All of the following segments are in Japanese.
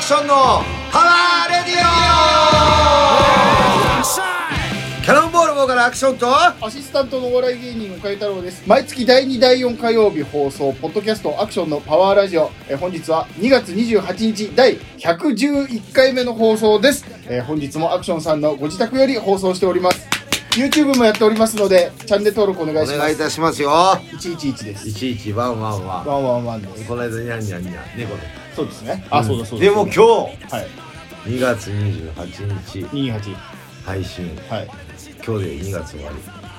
ションのパワーレディオ。キャノンボールボーカルアクションとアシスタントのお笑い芸人岡井太郎です。毎月第2第4火曜日放送ポッドキャストアクションのパワーラジオ、本日は2月28日第111回目の放送です。本日もアクションさんのご自宅より放送しております。 YouTube もやっておりますのでチャンネル登録お願いします。 お願いいたしますよ。 111です。 11ワンワンワンワンワンワンです。 この間ニャンニャンニャン猫のそうですね。あ、そうだそうだ。 でも今日、 はい、 2月28日 28 配信、 はい。 今日で2月終わ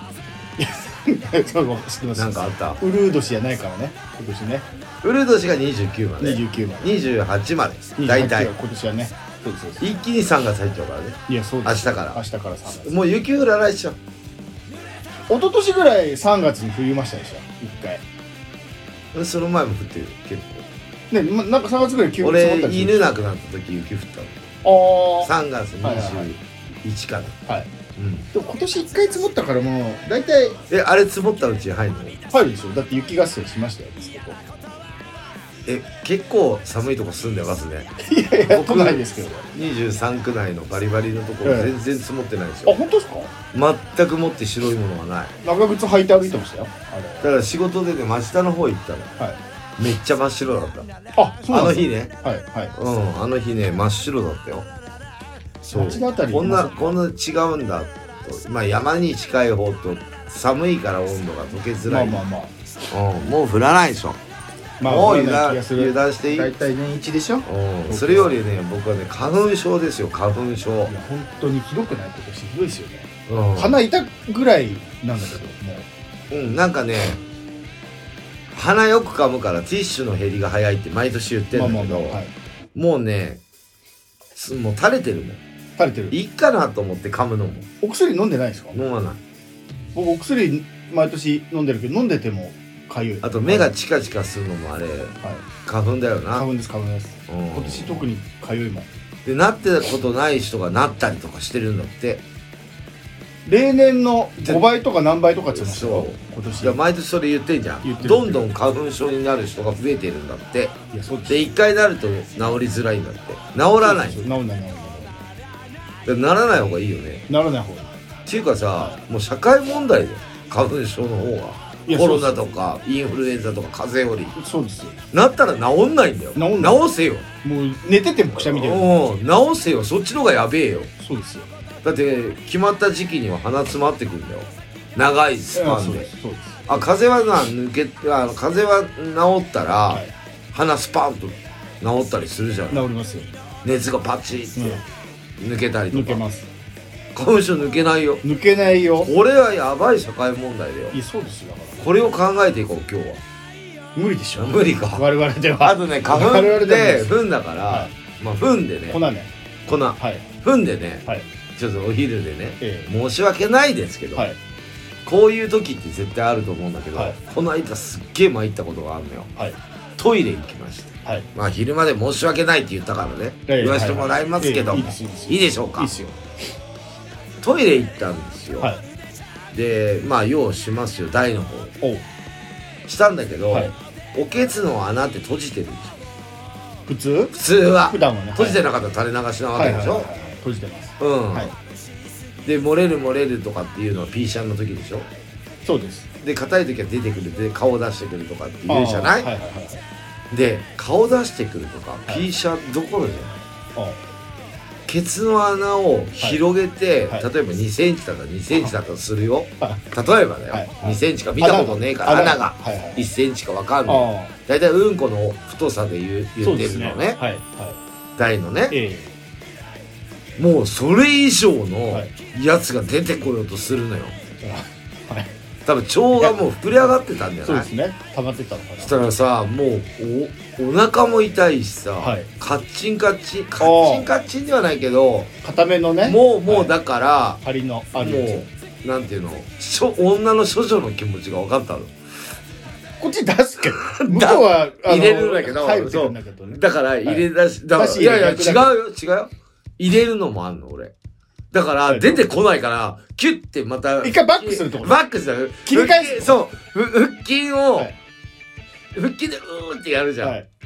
そう知ってまり。 す。 なんかあった？ ウルー年じゃないからね。今年ね。 ウルー年が29まで、 29まで、 28まで大体今年はね。そうですそうです。 一気に3月入っちゃうからね。 いや、そうです。 明日から 3月。 もう雪降らないっしょ。 一昨年ぐらい3月に降りましたでしょ、1回。 その前も降ってる結ね、なんか3月ぐらい急に積もった構。俺りする。 犬なくなった時雪降ったの。3月21かな。 はい。でも今年1回積もったからもう大体あれ積もったうち入るの？ 入るでしょ。だって雪合戦しましたよ。 結構寒いとこ住んでますね。 いやいや、都内ですけど。 23区内のバリバリのところ全然積もってないですよ。 あ、本当ですか？ 全くもって白いものはない。 長靴履いて歩いてましたよ。 だから仕事でね、真下の方行ったの。 はい。 めっちゃ真っ白だった。 あ、そうなんですか？ あの日ね。 はいはい。 あの日ね、真っ白だったよ。そう。 町のあたりこんな違うんだと。まあ山に近い方と寒いから温度が溶けづらい。 まあ。 もう降らないでしょ。 まあ、 もう油断していい。 大体年一でしょ。 それよりね、僕はね、花粉症ですよ。花粉症。いや、 本当にひどくない？今年ひどいですよね。鼻痛ぐらいなんだけどもう。 なんかね、鼻よく噛むからティッシュの減りが早いって毎年言ってるんだけど、もうね、もう垂れてるもん。 垂れてる。 いいかなと思って噛むのも。 お薬飲んでないですか？ 飲まない。 僕お薬毎年飲んでるけど、飲んでてもかゆい。 あと目がチカチカするのもあれ、花粉だよな。 花粉です。今年特にかゆいもん。 で、なってたことない人がなったりとかしてるんだって。 例年の5倍とか何倍とかって言ってましたよ。今年。 いや、毎年それ言ってんじゃん。どんどん花粉症になる人が増えてるんだって。 いや、そうです。 で、一回なると治りづらいんだって。治らない。 治んない。 ならない方がいいよね。 ならない方がいい。 っていうかさ、もう社会問題で花粉症の方が。コロナとかインフルエンザとか風邪より。 そうですよ。 なったら治んないんだよ。治せよ。 もう寝ててもくしゃみ出る。 治せよ。そっちの方がやべえよ。 そうですよ。 だって決まった時期には鼻詰まってくるんだよ。長いスパンで。風邪は風邪は治ったら、鼻スパンと治ったりするじゃん。 治りますよ。 熱がパチッて抜けたりとか。 抜けます。 花粉症抜けないよ。 抜けないよ。 これはやばい社会問題だよ。 いや、そうですよ。 これを考えていこう今日は。 無理でしょ。 無理か。 我々では。 あとね、花粉で糞だから、まあ糞でね。 粉。 糞でね。ちょっとお昼でね。申し訳ないですけど。こういう時って絶対あると思うんだけど、この間すっげえ参ったことがあるのよ。トイレ行きました。まあ昼間で申し訳ないって言ったからね。言わせてもらいますけど。いいでしょうか。トイレ行ったんですよ。で、まあ用しますよ、台の方したんだけど、おけつの穴って閉じてるでしょ。普通は普段はね。 閉じてなかったら垂れ流しなわけでしょ。 閉じてます。 で、漏れるとかっていうのはピーシャンの時でしょ。 そうです。 で、硬い時は出てくるで顔出してくるとかって言うじゃない。で、顔出してくるとかピーシャンどころじゃない。ケツの穴を広げて、例えば2センチだったら2センチだったらするよ。例えばだよ。2センチか見たことねえから、穴が1センチかわかんない。だいたいうんこの太さで言ってるのね。台のね。もうそれ以上のやつが出てこようとするのよ。多分腸がもう膨れ上がってたんじゃない？ そうですね。溜まってたのかな。 そしたらさ、もうお腹も痛いしさ、カッチンではないけど、 固めのね。 もうだから、 張りのあるやつ。なんていうの、女の処女の気持ちが分かったの。 こっち出すけど、向こうは入れるんだけど、だから入れ出し、いや違うよ。入れるのもあんの俺。だから出てこないからキュッてまた一回バックするってこと？ バックする。 切り返す。 そう。腹筋でうーってやるじゃん。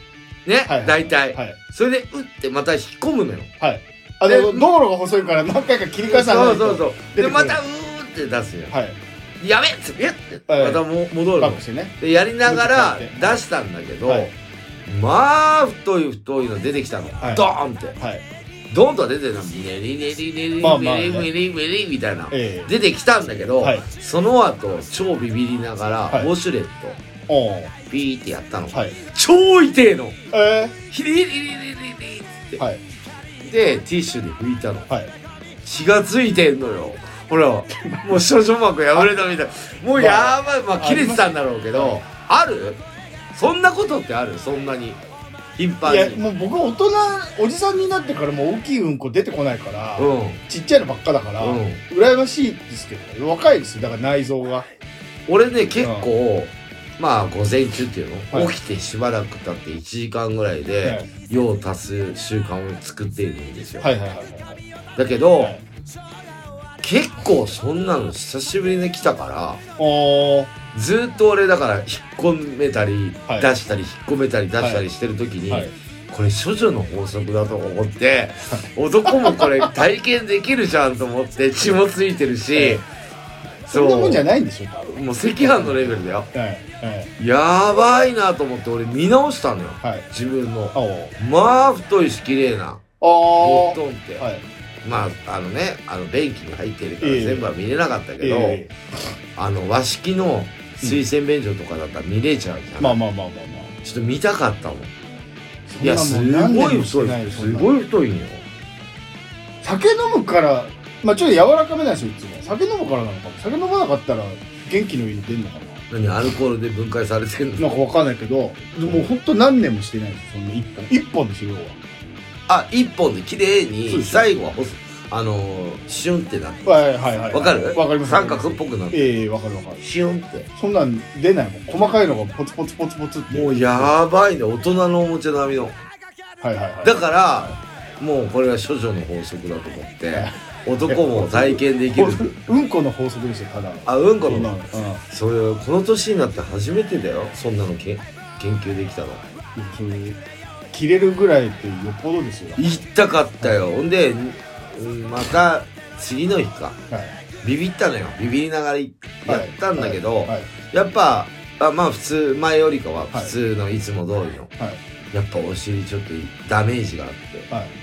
ね、 はいはい大体、 はい。 それで打ってまた引っ込むのよ。 はい。道路が細いから何回か切り返さないと。 そうそうそう。でまたうーって出すよ。 はい。 やべっつってやってまた戻るの。でやりながら出したんだけど、まあ太いの出てきたの。ドーンって。ドーンとは出てるの。ミレリレリレリミレミレみたいな出てきたんだけど、その後超ビビりながらウォシュレットピーってやったの。超痛えの。ヒリリリリリリってでティッシュで拭いたの。血がついてんのよ。ほらもう少女膜破れたみたい。もうやばい。まあ切れてたんだろうけど、あるそんなことってある？そんなに頻繁に。いやもう僕おじさんになってからもう大きいうんこ出てこないから、ちっちゃいのばっかだから、羨ましいですけど、若いですよ。だから内臓が俺ね結構まあ午前中っていうの、起きてしばらく経って1時間ぐらいで用を足す習慣を作っているんですよ。だけど、結構そんなの久しぶりに来たからずっと俺だから引っ込めたり出したり引っ込めたり出したりしてる時に、これ処女の法則だと思って男もこれ体験できるじゃんと思って血もついてるし、 そんなもんじゃないんでしょ。 もう赤飯のレベルだよ。やばいなと思って俺見直したのよ、自分の。まあ太いし綺麗なボットンって、まあ便器に入ってるから全部は見れなかったけど、和式の水洗便所とかだったら見れちゃうじゃん。ちょっと見たかったもん。いやすごい太い、すごい太いんよ。 酒飲むからちょっと柔らかめなんですよいつも。酒飲むからなのかも。酒飲まなかったら元気のいい出んのかな。 何アルコールで分解されてんの？ なんかわかんないけど、もうほんと何年もしてないんですよ。そんな一本ですよ要は。一本で綺麗に最後はシュンってなって。わかる？ わかります。 三角っぽくなって。 わかる。 シュンって。 そんなん出ないもん。細かいのがポツポツポツポツって。 もうやばいね、大人のおもちゃ並みの。だからもうこれは処女の法則だと思って。男も体験できる。 うんこの法則ですよ、ただ。 うんこの。それこの年になって初めてだよ。そんなの研究できたの。 切れるぐらいってよっぽどですよ。 言ったかったよ。ほんでまた次の日か。ビビったのよ。ビビりながらやったんだけど、やっぱまあ普通前よりかは普通のいつも通りの。やっぱお尻ちょっとダメージがあって、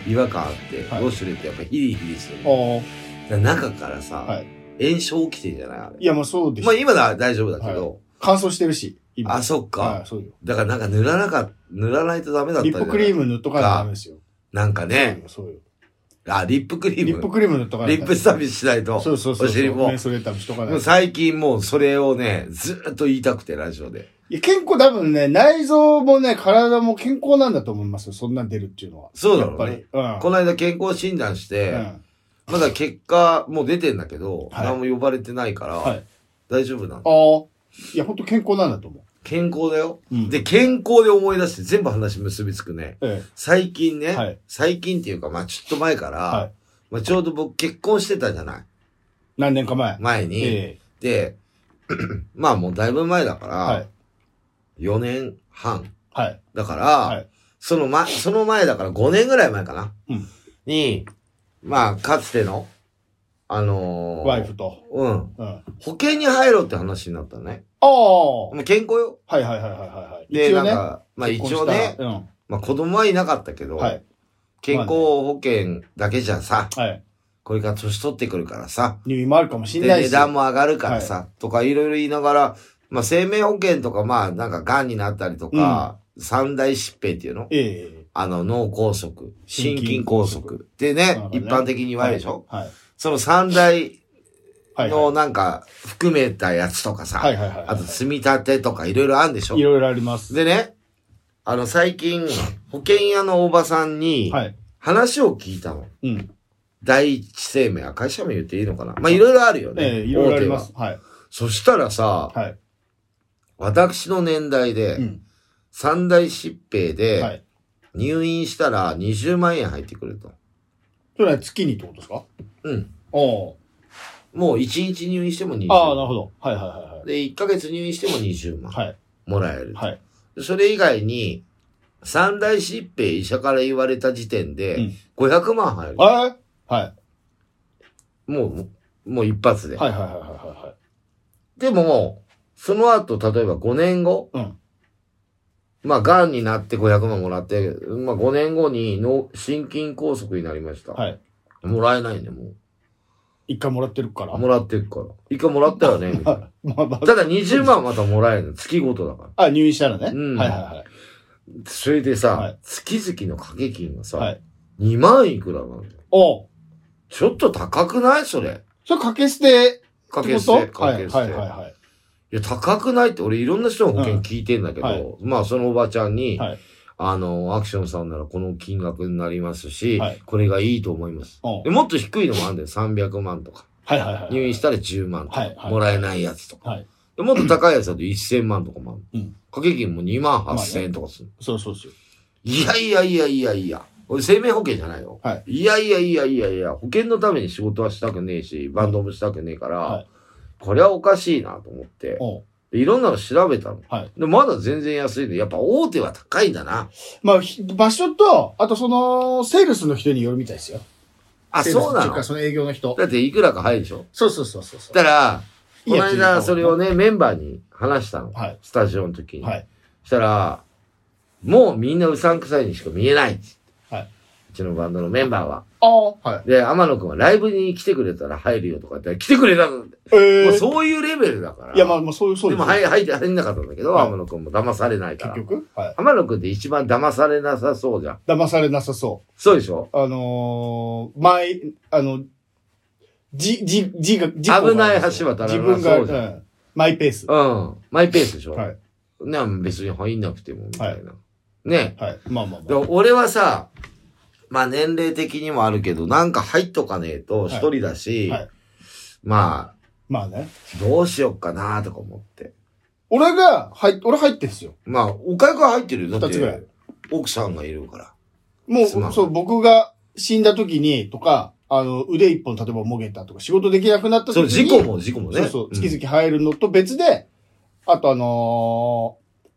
違和感あって、ウォシュレットやっぱヒリヒリしてる。中からさ、炎症起きてんじゃないあれ。 いやもうそうです。 まあ今は大丈夫だけど。 乾燥してるし。 あ、そっか。だからなんか塗らないとダメだったリップクリーム塗っとかないとダメですよ。 なんかね。リップクリーム。 リップクリーム塗っとかないと。 リップサービスしないと。お尻も。最近もうそれをね、ずっと言いたくてラジオで。 健康多分ね、内臓もね、体も健康なんだと思いますよ。そんなん出るっていうのは。 そうだろうね。この間健康診断して、まだ結果もう出てんだけど、何も呼ばれてないから、大丈夫なの。 いや、ほんと健康なんだと思う。 健康だよ。で、健康で思い出して全部話結びつくね。最近ね、最近っていうか、まあちょっと前から、まあちょうど僕結婚してたじゃない。 何年か前に。で、まあもうだいぶ前だから、4年半。だから、その前だから5年ぐらい前かな。に、まあ、かつての、 ワイフと。 保険に入ろうって話になったね。健康よ。で、なんか、まあ一応ね、まあ子供はいなかったけど、健康保険だけじゃさ、これから年取ってくるからさ、 入院もあるかもしれないし。 値段も上がるからさ、とかいろいろ言いながら、まあ生命保険とかまあなんか癌になったりとか、三大疾病っていうの脳梗塞、心筋梗塞ってね、一般的に言われるでしょ。その三大のなんか含めたやつとかさ、あと積み立てとかいろいろあるんでしょ。 いろいろあります。 でね、最近保険屋のおばさんに話を聞いたの。第一生命は会社名言っていいのかな。まあいろいろあるよね。 いろいろあります。 そしたらさ、私の年代で、三大疾病で、入院したら20万円入ってくると。 それは月にってことですか？ もう1日入院しても20 万。なるほど。 で、1ヶ月入院しても20万。もらえる。それ以外に、 三大疾病医者から言われた時点で、500万入る。 はい。 もう一発で。 はい。 でも、その後、例えば5年後、まあ、癌になって500万もらって、まあ、5年後に心筋梗塞になりました。 はい。 もらえないね、もう。 一回もらってるから。 もらってるから。一回もらったよね、みたいな。ただ20万またもらえるの。月ごとだから。 あ、入院したらね。はい。 それでさ、 はい、 月々の掛け金がさ、 はい、 2万いくらなの。 おちょっと高くないそれ。 それ掛け捨て。 掛け捨て。 はい。 いや、高くないって、俺いろんな人の保険聞いてんだけど、まあそのおばちゃんに、アクションさんならこの金額になりますし、これがいいと思います。でもっと低いのもあるんだよ。300万とか。入院したら10万とか。もらえないやつとか。でもっと高いやつだと1000万とかもある。掛け金も2万8000円とかする。 そう。 いや。俺生命保険じゃないよ。いや、保険のために仕事はしたくねえし、バンドもしたくねえから、これはおかしいなと思って、いろんなの調べたの。でまだ全然安いの。やっぱ大手は高いんだな。 まあ、場所と、あとその、セールスの人によるみたいですよ。 あ、そうなの？ その営業の人。 だっていくらか入るでしょ？ そう。 だから、この間それをね、メンバーに話したの。スタジオの時に。したら、もうみんなうさんくさいにしか見えない。うちのバンドのメンバーは。で、天野くんはライブに来てくれたら入るよとかって来てくれたの。もうそういうレベルだから。 いや、まあ、そういう。 でも入んなかったんだけど、天野くんも騙されないから。 結局天野くんって一番騙されなさそうじゃん。 騙されなさそう。 そうでしょ？危ない橋渡らなそうじゃん。 マイペース。 マイペースでしょ？ね、別に入んなくても、みたいな。ね。 まあ。 俺はさ、まあ年齢的にもあるけど、なんか入っとかねえと一人だし、まあね。 どうしよっかなとか思って。 俺入ってんすよ。 まあ、おかゆが入ってるよ。だって、 2つぐらい。 奥さんがいるから。 もう、そう、僕が死んだ時に、とか、腕一本例えばもげたとか、仕事できなくなった時に。 そう、事故もね。 そう、月々入るのと別で、あと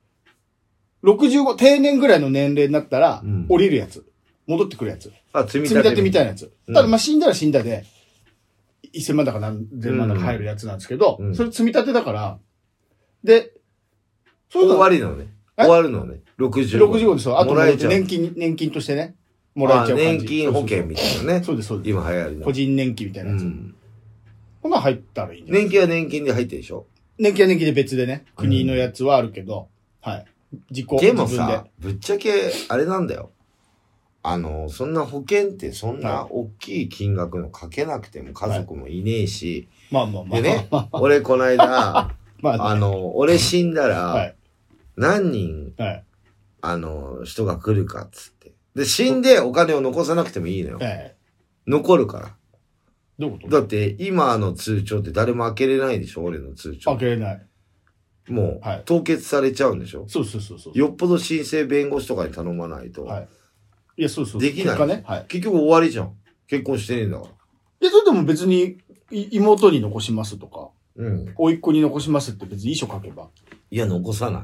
65、定年ぐらいの年齢になったら、降りるやつ。戻ってくるやつ。積み立てみたいなやつ。ただ、まあ、死んだら死んだで、1000万だか何千万だか入るやつなんですけど、それ積み立てだから、で、 終わりなのね。終わるのね。 65ですよ。あと、年金としてね、もらえちゃう感じ。 年金保険みたいなね。 そうです。 今流行りの。 個人年金みたいなやつ。こんな入ったらいいんじゃない？年金は年金で入ってるでしょ？ 年金は年金で別でね、国のやつはあるけど、 でもさ、ぶっちゃけ、あれなんだよ。そんな保険ってそんな大きい金額のかけなくても家族もいねえし。でね、俺この間、俺死んだら、何人、人が来るかっつって。で、死んでお金を残さなくてもいいのよ。残るから。 どういうことだって、今の通帳って誰も開けれないでしょ？俺の通帳。 開けれない。 もう、凍結されちゃうんでしょ？ そう。 よっぽど申請弁護士とかに頼まないと。 いや、そう。 できない。結局終わりじゃん。結婚してねえんだから。 いや、それでも別に、妹に残しますとか、甥っ子に残しますって別に遺書書けば。 いや、残さない。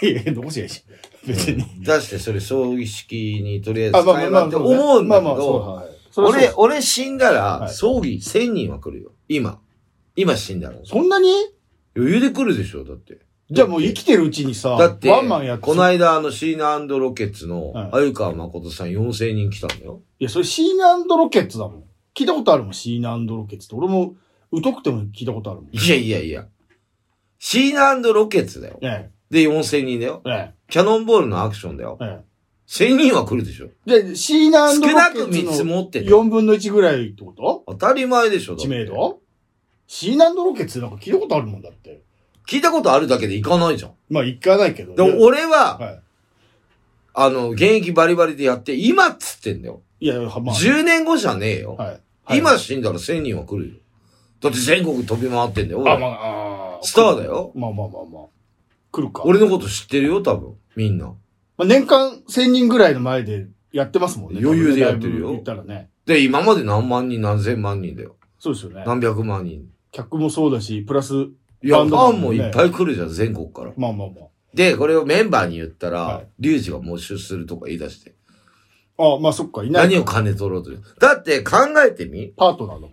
いや、残しやいし。別に。 出して、それ葬儀式にとりあえず使えばって思うんだけど、俺死んだら、葬儀1000人は来るよ。今死んだら。 そんなに？ 余裕で来るでしょ、だって。 じゃあもう生きてるうちにさ、 だって、 ワンマンやって。 この間シーナ&ロケッツの、鮎川誠さん4000人来たんだよ。 いや、それシーナ&ロケッツだもん。聞いたことあるもん、シーナ&ロケッツって。俺も、疎くても聞いたことあるもん。 いや。シーナ&ロケッツだよ。で、4000人だよ。キャノンボールのアクションだよ。1000人は来るでしょ。 で、シーナ&ロケッツの少なく3つ持ってる。 4分の1ぐらいってこと？ 当たり前でしょ、 知名度？シーナ&ロケッツなんか聞いたことあるもんだって。 聞いたことあるだけで行かないじゃん。 まあ行かないけど。 でも俺は、現役バリバリでやって、今っつってんだよ。 いや、まあ。 10年後じゃねえよ。今死んだら1000人は来るよ。だって全国飛び回ってんだよ。スターだよ。 まあ。来るか。 俺のこと知ってるよ、多分。みんな。 まあ、年間1000人ぐらいの前でやってますもんね。 余裕でやってるよ。 言ったらね。 で、今まで何万人、何千万人だよ。 そうですよね。 何百万人。 客もそうだし、プラス、 いや、ファンもいっぱい来るじゃん、全国から。 まあ。 で、これをメンバーに言ったら、 はいリュウジが没収するとか言い出して。 あ、まあそっか、いない。 何を金取ろうという。だって考えてみパートナーだもん。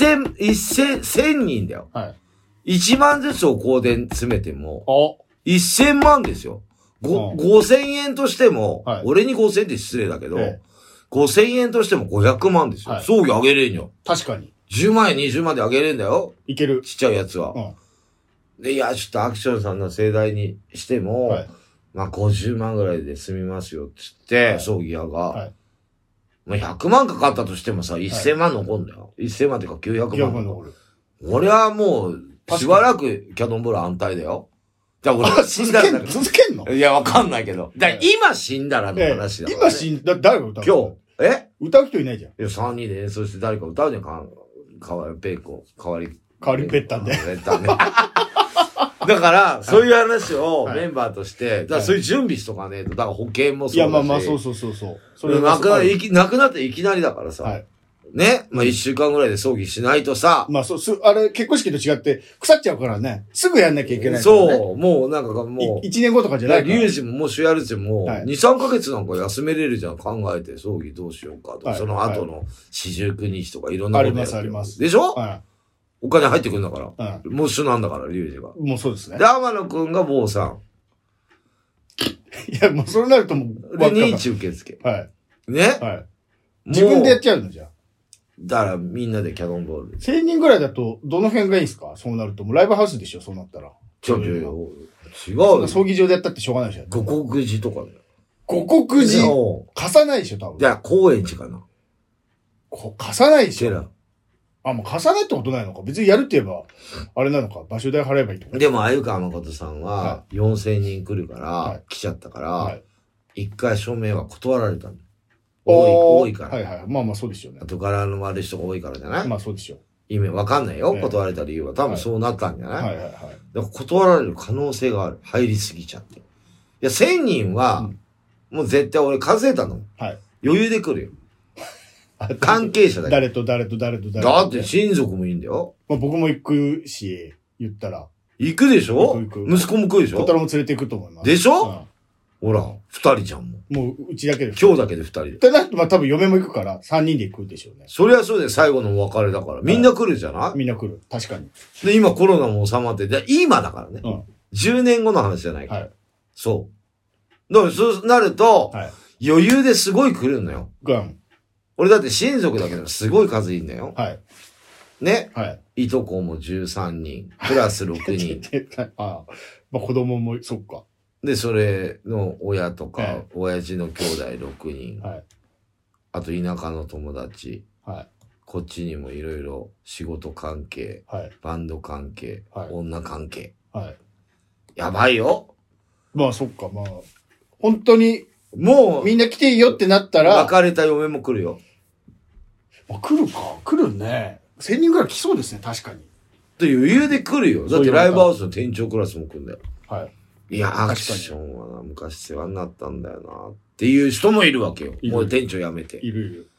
1000人だよ。 はい。 1万ずつを香典詰めても、 あ、 1000万ですよ。5000円としても、 はい俺に5000円って失礼だけど、 ええ 5000円としても500万ですよ。 はい葬儀あげれんよ。 確かに。 10万円、20万であげれんだよ。 いける。 ちっちゃいやつは。で、いや、ちょっとアクションさんの盛大にしても、 はい。 まあ50万ぐらいで済みますよ、つって、 はい葬儀屋が。 はいまあ100万かかったとしてもさ、1000万残んだよ。1000万っていうか900 いや、 万。 残る。 俺はもう、しばらくキャノンボール安泰だよ。じゃあ俺が死んだらだか続けんのら。いや、わかんないけど。だから今死んだらの話だから、ね。 今死んだ、誰が歌うの今日、 歌う人いないじゃん。 いや、3人で演奏して誰か歌うじゃん、かわり、ペイコ、かわり。 代わりペッタンで。 ペッタンで。だから、そういう話をはいメンバーとして、だからそういう準備しとかねえと、だから保険もそうだし。 いや、まあまあ、そうそうそうそう。それ亡くなっていきなりだからさ。 はい。 ね。まあ1週間ぐらいで葬儀しないとさ。 まあ、あれ、結婚式と違って、腐っちゃうからね。すぐやんなきゃいけないからね。 そう、もうなんかもう。 1年後とかじゃないから。 リュウジももしやるっても、 はい 2、3ヶ月なんか休めれるじゃん、考えて、葬儀どうしようかとか、 はいその後の四十九日とかいろんなあことやるりますあります。 でしょ、 はお金入ってくるんだから。 い。はもう一緒なんだから、リュウジが。 い。もうそうですねで、。天野くんが坊さん。 いや、もうそうなるともう、 で、認知受付。 はい。 ね、 はい。自分でやっちゃうのじゃあ。 だからみんなでキャノンボール。 1000人ぐらいだと、どの辺がいいんですかそうなると。もうライブハウスでしょそうなったら。 違う。 そんなよ。 葬儀場でやったってしょうがないでしょ五国寺とかだよ。 五国寺の貸さないでしょ多分。 じゃあ、高円寺かな。 貸さないでしょチェラ。 あ、もう貸さないってことないのか。別にやるって言えば、あれなのか。場所代払えばいいってこと。 でも、鮎川誠さんはは、 4000人来るから、 はい来ちゃったから、 はい。 一回署名は断られたの。 おー多いから。 はいはい。まあまあそうでしょうねあ。と柄の悪い人が多いからじゃない、 まあそうでしょう。 意味わかんないよ。 ええ断られた理由は。多分そうなったんじゃない、 はいはいはい。 だから断られる可能性がある。入りすぎちゃって。いや、1000人は、もう絶対俺数えたの。 はい。 余裕で来るよ。関係者だけ。 誰と誰と誰と誰と。 だって親族もいいんだよ。 まあ僕も行くし、言ったら。 行くでしょ行く息子も来るでしょ小太郎も連れて行くと思います。 でしょ、 うんほら、二人じゃんもう。 もううちだけで。 今日だけで二人で。 ってなると、まあ多分嫁も行くから、3人で行くでしょうね。 そりゃそうで最後のお別れだから。みんな来るじゃない、 みんな来る。確かに。 で、今コロナも収まって、で今だからね。 うん。 10年後の話じゃないから。 はい。 そう。だからそうなると、 はい。 余裕ですごい来るのよ。 グアム。 俺だって親族だけでもすごい数いいんだよ。 はい。 ね。 はい。 いとこも13人、プラス6人。 ああ。まあ子供も、そっか。 で、それの親とか、 はい親父の兄弟6人。 はい。 あと田舎の友達。 はい。 こっちにもいろいろ仕事関係、 はい。 バンド関係、 はい女関係。 はい。 やばいよ。 まあそっか、まあ。本当に、 もう、 みんな来ていいよってなったら、 別れた嫁も来るよ。 来るか。来るね。1000人ぐらい来そうですね、確かに。 で余裕で来るよ。だってライブハウスの店長クラスも来るんだよ。 はい。 いや、アクションはな、昔世話になったんだよな。っていう人もいるわけよ。 いるもう店長辞めて。 いるいる。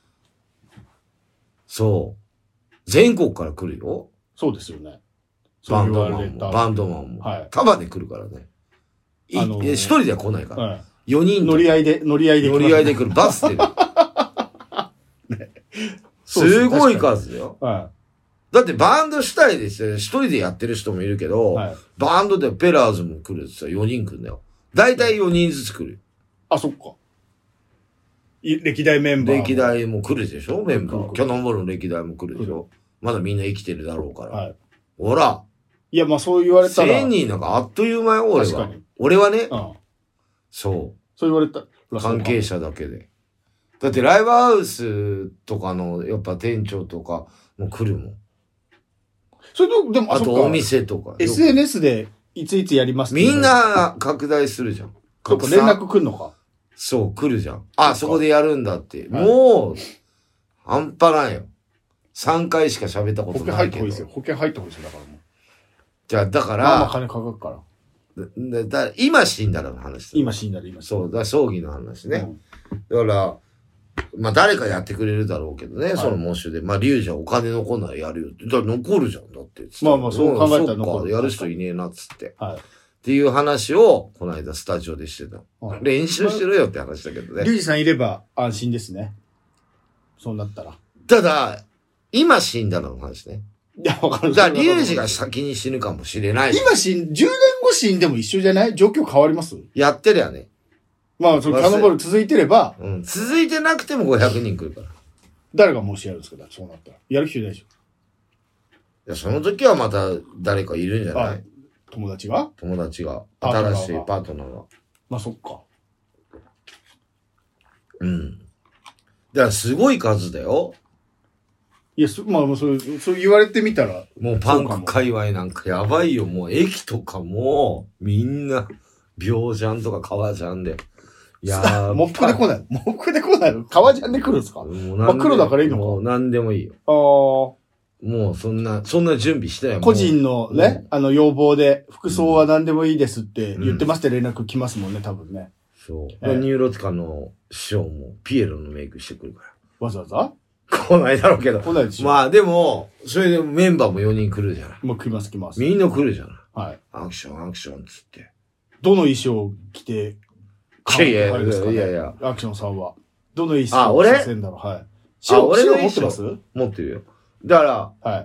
そう。全国から来るよ。 そうですよね。 バンドそう言われたマンも。バンドマンも。 はい束で来るからね。いや一人では来ないから。 はい。 4人乗り合いで、乗り合いで来乗ますり合いで来る。バスで。すごい数だよ。 はだってバンド主体でして一人でやってる人もいるけど、 い。はい。 バンドでペラーズも来るってさ、4人来るんだよ。だいたい4人ずつ来る。 あ、そっか。歴代メンバーも。 歴代も来るでしょメンバー。 来る来るキャノンボールの歴代も来るでしょまだみんな生きてるだろうから。 はい。 ほら、 いや、まあそう言われたら。 1000人なんかあっという間よ、俺は確かに。 俺はね、 うん。 そそう言われたう。 ら。 関係者だけで。だってライブハウスとかの、やっぱ店長とかも来るもん。 それでも、 あとおそっか店とか。 SNS でいついつやりますってみんな拡大するじゃん。 そっか、連絡来んのか。 そう、来るじゃん。あ、そこでやるんだって。 はいもう、半端ないよ。3回しか喋ったこ保険とないけど。 入った方がいいですよ。保険入った方がいいですよ。だからもう。 じゃあ、だかまあまあら、 金かかるから。 今死んだらの話だ。 今死んだら今死んだそう、だから葬儀の話ら。 ね。だから、まあ誰かやってくれるだろうけどね、 いその喪主で。まあ、リュウジはお金残んならやるよって。だから残るじゃん、だって。 まあまあそう考えたらそっか、 残るやる人いねえな、っつって。 はい。 っていう話を、この間スタジオでしてた。 はい、 練習しろよって話だけどね。 リュウジさんいれば安心ですね。そうなったら。 ただ、今死んだの話ね。 いや、わかる。 だから、リュウジが先に死ぬかもしれない。 10年後死んでも一緒じゃない？状況変わります？ やってりゃね。 まあ、そのカノボール続いてれば。 うん。続いてなくても500人来るから。 誰がもしやるんですか？そうなったら。やる気ないでしょ。 いや、その時はまた誰かいるんじゃない？ 友達が。 新しいパートナーが。 まあ、そっか。 うん。だからすごい数だよ。 いや、まあ、そう言われてみたら。 もうパンク界隈なんかやばいよ。もう駅とかも、みんな、病ジャンとか革ジャンで。いやー。 喪服で来ないの革ジャンで来るんですか？まあ、黒だからいいのか。 もう何でもいいよ。もうそんな準備してない。 個人のね、要望で、服装は何でもいいですって言ってますって連絡来ますもんね、多分ね。 そう。ニューロティカの師匠もピエロのメイクしてくるから。 わざわざ来ないだろうけど。 来ないでしょ。 まあでも、それでメンバーも4人来るじゃない。 もう来ます。 みんな来るじゃない。 はい。 アクションつって。 どの衣装を着て、 いや。 アクションさんは。どの衣装を着せんだろう。はい。 俺の衣装持ってます？ 持ってるよ。だから、 はい。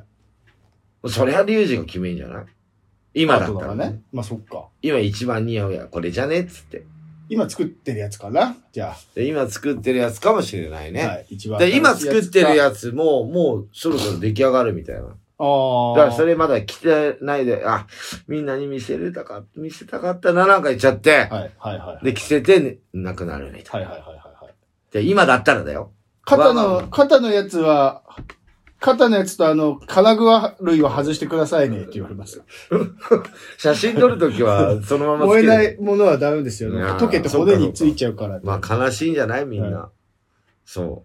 そりゃリュウジが決めんじゃない？今だったらね。まあそっか。 今一番似合うやこれじゃねっつって。 今作ってるやつかな？じゃあ。 今作ってるやつかもしれないね。 はい。一番。 で、今作ってるやつも、もうそろそろ出来上がるみたいな。だからそれまだ着てないで、みんなに見せたかったななんか言っちゃって。 はい。 で、着せて、なくなるみたいな。 はい。 で、今だったらだよ。 肩のやつは、肩のやつと金具類は外してくださいねって言われます。 写真撮るときはそのまま燃えないものはダメですよね。溶けて骨についちゃうから。 まあ悲しいんじゃないみんな。そう。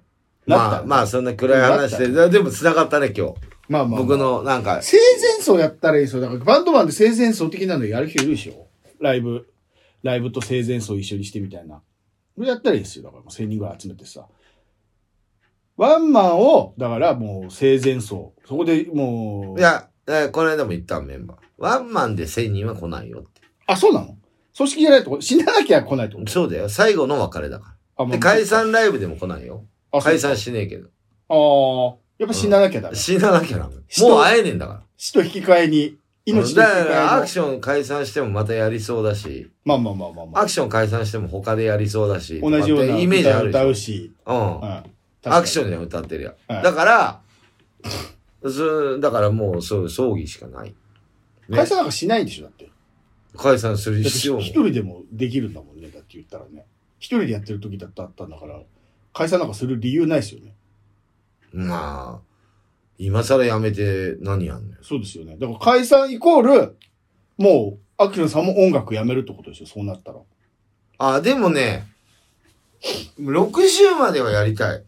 まあそんな暗い話で。でも繋がったね今日。まあ。僕のなんか。 生前葬やったらいいですよ。だからバンドマンで生前葬的なのやる人いるでしょ？ライブと生前葬一緒にしてみたいな。これやったらいいですよ。だから1000人ぐらい集めてさ。ワンマンを、だからもう生前葬。そこでもう。 いや、この間も言ったメンバー。ワンマンで1000人は来ないよって。 あ、そうなの？組織じゃないと死ななきゃ来ないってこと？ そうだよ。最後の別れだから。で、解散ライブでも来ないよ。解散しねえけど。 やっぱ死ななきゃダメ。 死ななきゃダメ。もう会えねえんだから。 死と引き換えに。命と引き換えだからアクション解散してもまたやりそうだし。 まあ。 アクション解散しても他でやりそうだし。 同じようなイメージある歌うし。 アクションで歌ってるやん。だから、だからもうそう葬儀しかない。 解散なんかしないんでしょだって。 解散する必要も。 一人でもできるんだもんね。だって言ったらね。一人でやってる時だったんだから、解散なんかする理由ないですよね。 まあ、今更やめて何やんのよ。 そうですよね。だから解散イコール、もう、アクションさんも音楽やめるってことですよ。そうなったら。 でもね、60まではやりたい。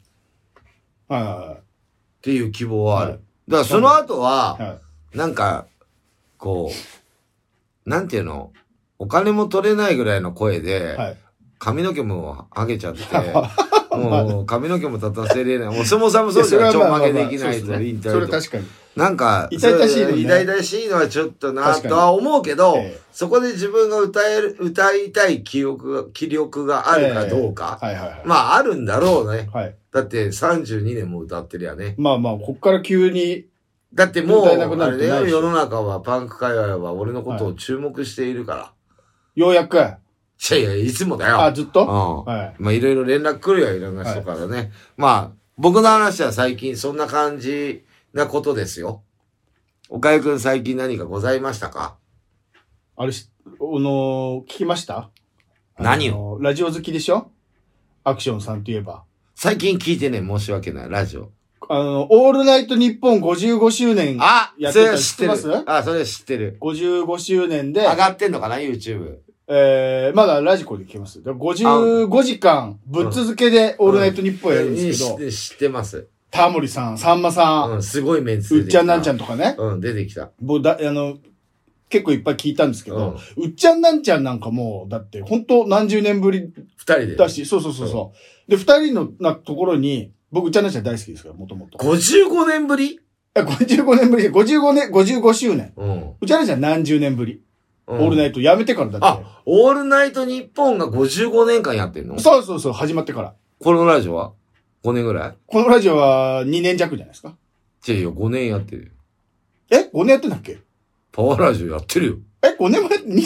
っていう希望はある。だからその後は、なんか、こう、なんていうの、お金も取れないぐらいの声で、髪の毛もハゲちゃって、もう髪の毛も立たせれない。もうそもそもそうじゃん。ちょんまげできないと引退と。 それ確かに。 なんか、 痛々しいのね。 痛々しいのはちょっとなとは思うけど、そこで自分が歌いたい気力があるかどうか。まああるんだろうね。だって32年も歌ってるやね。 まあ、こっから急に。 だってもう、あれだよ、世の中はパンク界隈は俺のことを注目しているから。 ようやく。 いや、いつもだよ。 ずっと？ まあいろいろ連絡来るよ、いろんな人からね。まあ、僕の話は最近そんな感じなことですよ。岡井くん最近何かございましたか？ 聞きました？ 何を？ ラジオ好きでしょ？アクションさんといえば。 最近聞いてね、申し訳ない、ラジオ。 オールナイトニッポン55周年やってたり知ってます？ それ知ってる。 55周年で。 上がってんのかな ?YouTube。 まだラジコで聞けます。55時間ぶっ続けでオールナイトニッポンやるんですけど。 知ってます。 タモリさん、さんまさん。 すごいメンツうっちゃんなんちゃんとかね。 出てきた。 結構いっぱい聞いたんですけど、うっちゃんなんちゃんなんかもう、だって本当何十年ぶり。 二人で。 だし、そう。で、二人のところに、僕うっちゃんなんちゃん大好きですから、もともと。 55年ぶり？ 55年ぶりで、55周年。うっちゃんなんちゃん何十年ぶり。 オールナイトやめてからだって。 あ、オールナイト日本が55年間やってんの？ そうそうそう、始まってから。 このラジオは5年ぐらい？ このラジオは2年弱じゃないですか。 違うよ、5年やってるよ。 え ?5 年やってんだっけ？ パワーラジオやってるよ。 5年前 ?2 年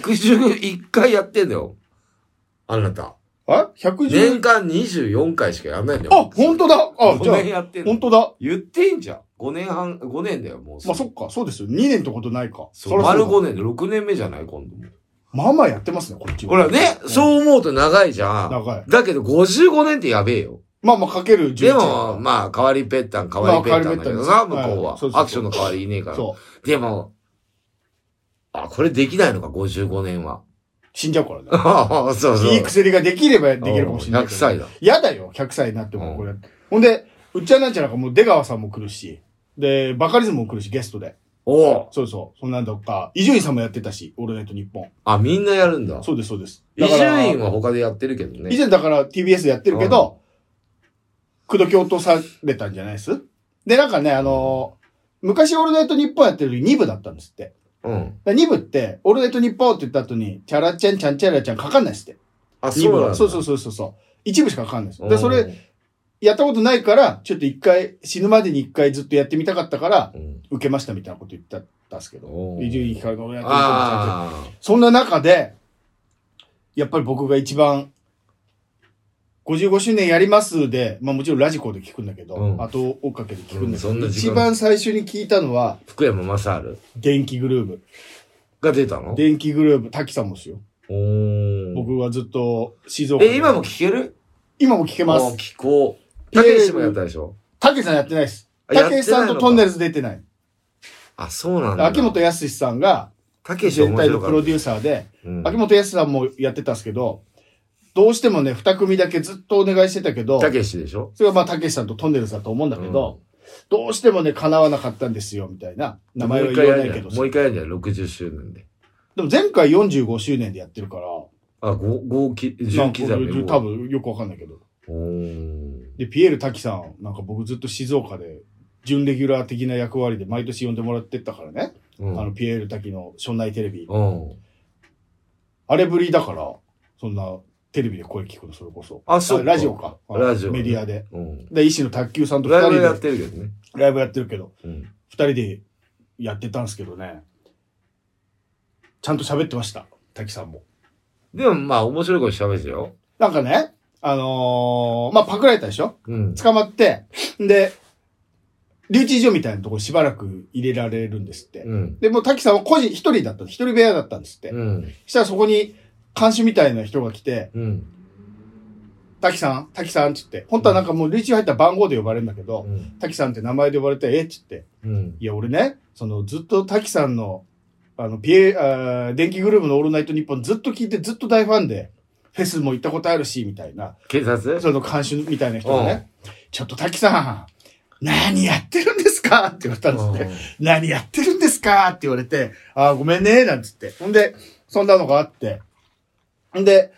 ?111 回やってんだよ。あなた。 110 年間24回しかやんないんだよ。 あ、本当だ。 じゃあ。5年やってんの。 本当だ。 言ってんじゃん。5年だよ、もう。 まあそっか、そうですよ。2年ってことないか。 そう、丸5年で6年目じゃない、今度も。 まあまあやってますね、こっちは。 ほらね、そう思うと長いじゃん。 長い。 だけど55年ってやべえよ。 まあまあかける11。 でも、まあ、代わりぺったんだけどな、向こうは。アクションの代わりいねえから。そう。でも、これできないのか、55年は。 死んじゃうからね。 そうそう。 いい薬ができればできるかもしれない。 100歳だ。 嫌だよ、100歳になっても、これ。ほんで、うっちゃなんちゃなんかもう出川さんも来るし、で、バカリズムも来るし、ゲストで。そうそう。そんなんとか、伊集院さんもやってたし、オールナイトニッポン。 あ、みんなやるんだ。 そうです、そうです。 伊集院は他でやってるけどね。 以前だから TBS でやってるけど、口説き落とされたんじゃないですで、なんかね、昔オールナイトニッポンやってる時2部だったんですって。 うん。 2部って、オールナイトニッポンって言った後に、チャラチャン、チャンチャラチャンかかんないっすって。 あ、そうなんだ。 そうそうそうそう。一部しかかかんないです。で、それ、やったことないから、ちょっと一回、死ぬまでに一回ずっとやってみたかったから、受けましたみたいなこと言ったんですけど、伊集院光がやってるそんな中で、やっぱり僕が一番、55周年やりますで、まあもちろんラジコで聞くんだけど、あと追っかけで聞くんだけど、一番最初に聞いたのは、 福山雅治電気グルーヴが出たの？ 電気グルーヴ、滝さんもですよ。僕はずっと静岡。 今も聞ける？ 今も聞けます。 聞こう。たけしもやったでしょ？ たけしさんやってないです。たけしさんとトンネルズ出てない。 あ、そうなんだ。 秋元康さんが、 たけし全体のプロデューサーで、秋元康さんもやってたんですけど、どうしてもね、二組だけずっとお願いしてたけど、 たけしでしょ？ それがまあたけしさんとトンネルズだと思うんだけど、どうしてもね、叶わなかったんですよ、みたいな。名前は言わないけど。 もう一回やるんじゃない？ 60 周年で。 でも前回45周年でやってるから、 10刻み。 多分よくわかんないけど。で、ピエール滝さん、なんか僕ずっと静岡で、準レギュラー的な役割で毎年呼んでもらってったからね。ピエール滝の所内テレビ。あれぶりだから、そんなテレビで声聞くの、それこそ。 あ、そう。 ラジオか。 ラジオ。 メディアで。で、医師の卓球さんと二人で。 ライブやってるけどね。 ライブやってるけど。二人でやってたんですけどね。ちゃんと喋ってました。滝さんも。 でもまあ面白いこと喋ってたよ。 なんかね、まあパクられたでしょ？捕まって、で、留置所みたいなところしばらく入れられるんですって。で、もう滝さんは一人だった。一人部屋だったんですって。したらそこに監視みたいな人が来て、滝さんって言って、本当はなんかもう留置入った番号で呼ばれるんだけど、滝さんって名前で呼ばれて、って言って、いや俺ね、ずっと滝さんの電気グルーヴのオールナイトニッポンずっと聞いてずっと大ファンで、フェスも行ったことあるし、みたいな。 警察？ その監視みたいな人がね、ちょっと滝さん、何やってるんですかって言われたんですって。何やってるんですかって言われて、ごめんね、なんつって。ほんで、そんなのがあって。んで、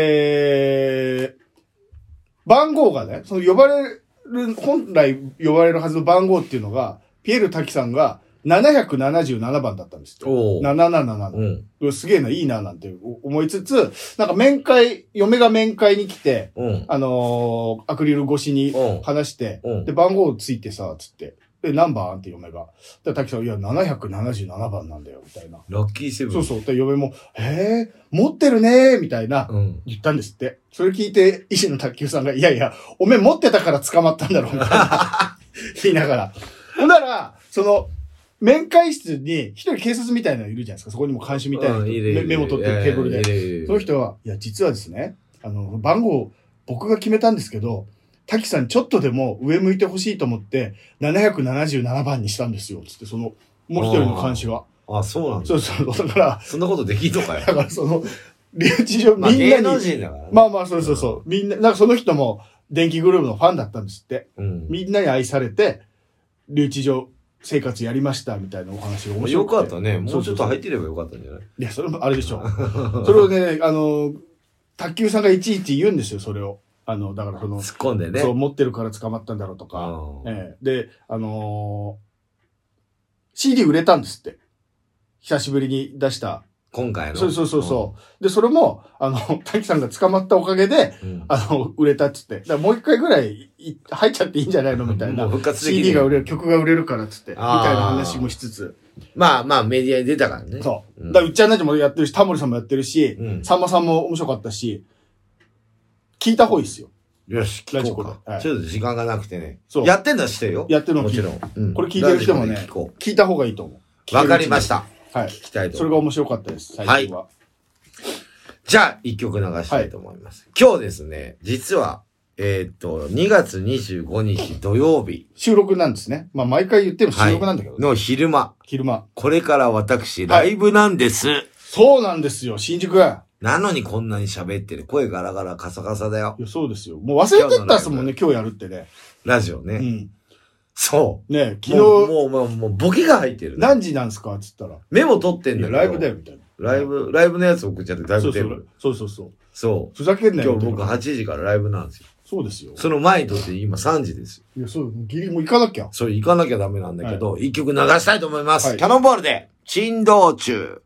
番号がね、本来呼ばれるはずの番号っていうのが、ピエール滝さんが、777番だったんですよ。777。すげえな、いいな、なんて思いつつ、なんか嫁が面会に来て、アクリル越しに話して、で、番号ついてさ、つって、で、何番って嫁が。で、滝さん、いや、777番なんだよ、みたいな。 ラッキーセブン。 そうそう。で、嫁も、持ってるねみたいな、言ったんですって。それ聞いて、医師の卓球さんが、いやいや、おめえ持ってたから捕まったんだろう、みたいな。言いながら。ほんなら、面会室に一人警察みたいなのいるじゃないですか。そこにも監視みたいなメモ取ってるテーブルで。その人は、いや、実はですね、番号僕が決めたんですけど、滝さんちょっとでも上向いてほしいと思って、777番にしたんですよ。つって、もう一人の監視が。 あ、そうなんだ。 そう。だから、 そんなことできんのかよ。 だから留置所みんなに。 芸能人だからね。 まあ、そう。みんな、なんかその人も電気グルーヴのファンだったんですって。みんなに愛されて、留置所、生活やりましたみたいなお話が面白くて。 よかったね。もうちょっと入ってればよかったんじゃない？ いや、それもあれでしょ。それをね、卓球さんがいちいち言うんですよ、それを。だから突っ込んでね。 そう、持ってるから捕まったんだろうとか。で、CD 売れたんですって。久しぶりに出した。 今回の。 そう。で、それも、滝さんが捕まったおかげで、売れたっつって。だからもう一回ぐらい入っちゃっていいんじゃないのみたいな。CD が売れる、曲が売れるからっつって。みたいな話もしつつ。 まあメディアに出たからね。 そう。だからうっちゃんラジオもやってるし、タモリさんもやってるし、さんまさんも面白かったし、聞いた方がいいっすよ。 よし、聞こうか。ちょっと時間がなくてね。 そう。 やってんのはしてるよ。 やってるのもちろん。 これ聞いてる人もね、聞いた方がいいと思う。 わかりました。 はい。 聞きたいと思います。 それが面白かったです、最近は。はい。 じゃあ、一曲流したいと思います。今日ですね、実は、2月25日土曜日。 収録なんですね。まあ、毎回言っても収録なんだけどね。 の昼間。これから私、ライブなんです。 そうなんですよ、新宿。 なのにこんなに喋ってる。声ガラガラカサカサだよ。 いや、そうですよ。もう忘れてたっすもんね、今日やるってね。 ラジオね。うん。そう。 ね昨日。 もう、ボケが入ってる。 何時なんすかっつったら。 メモ取ってんだよ。 ライブだよ、みたいな。 ライブのやつ送っちゃってだいぶテーブル。 そう。ふざけんなよ。 今日僕8時からライブなんですよ。 そうですよ。 その前にとって今3時ですよ。 いや、ギリもう行かなきゃ。 そう、行かなきゃダメなんだけど、一曲流したいと思います。キャノンボールで、珍道中。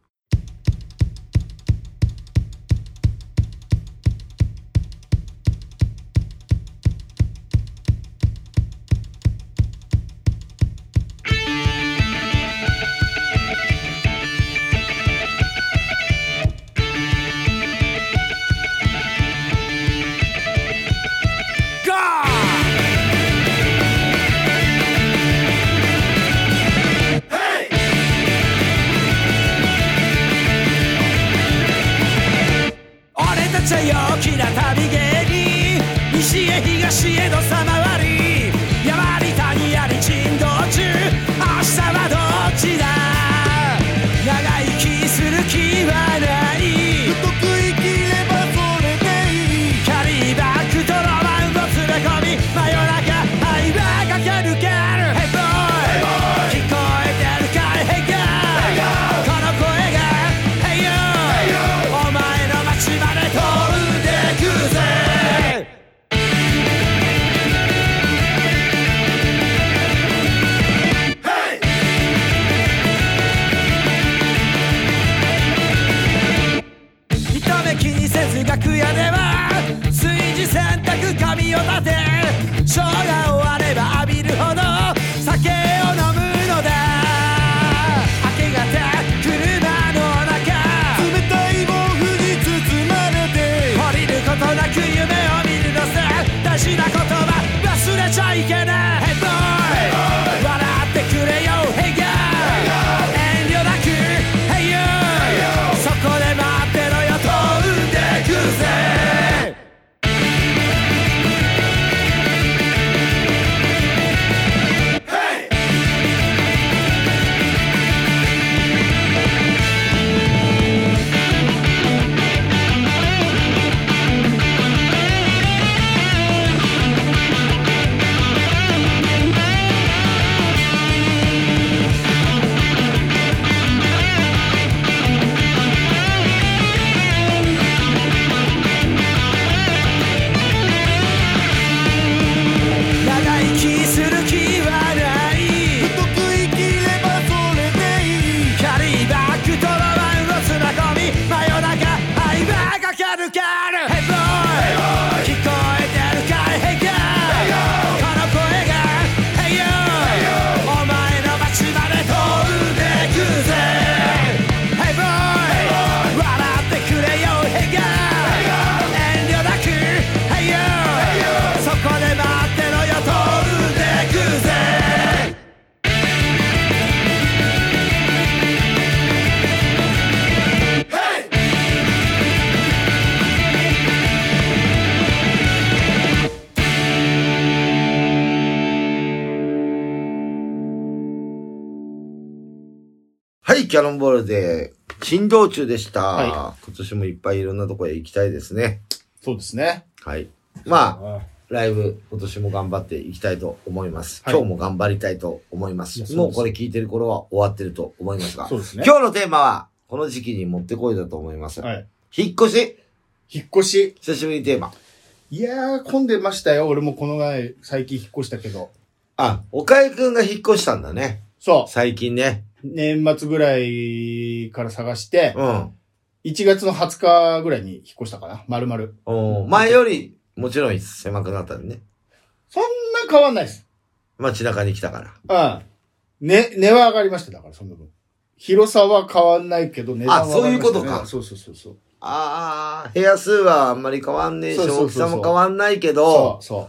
陽気な旅芸に西へ東へのさまわり山あり谷あり珍道中明日はどっちだ長生きする気はない太く生きればそれでいいキャリーバッグとロマンを詰め込み真夜中愛は駆け抜ける Hey boy 聞こえてるかい Hey girl この声が Hey you お前の街まで楽屋では炊事洗濯髪を立てショーが終われば浴びるほど酒を飲むのだ明け方車の中冷たい毛布に包まれて降りることなく夢を見るのさ大事な言葉忘れちゃいけない Hey boy 笑ってくれよ Hey girl 遠慮なく Hey you そこで待ってろよ飛んでくぜキャノンボールで、珍道中でした、今年もいっぱいいろんなところへ行きたいですね。 そうですね。 はい。まあ、ライブ、今年も頑張っていきたいと思います。今日も頑張りたいと思います。もうこれ聞いてる頃は終わってると思いますが。 そうですね。 今日のテーマは、この時期に持ってこいだと思います。引っ越し。久しぶりにテーマ。 いやー、混んでましたよ。俺もこの前、最近引っ越したけど。 あ、岡井くんが引っ越したんだね。 そう。 最近ね。 年末ぐらいから探して、 1月の20日ぐらいに引っ越したかな、丸々。 前より、もちろん狭くなったんでね。 そんな変わんないです。 街中に来たから。 値は上がりました、だからその分。広さは変わんないけど、値段は上がりました、ね。 そういうことか。 そう。 部屋数はあんまり変わんねえし、大きさも変わんないけど。 そう。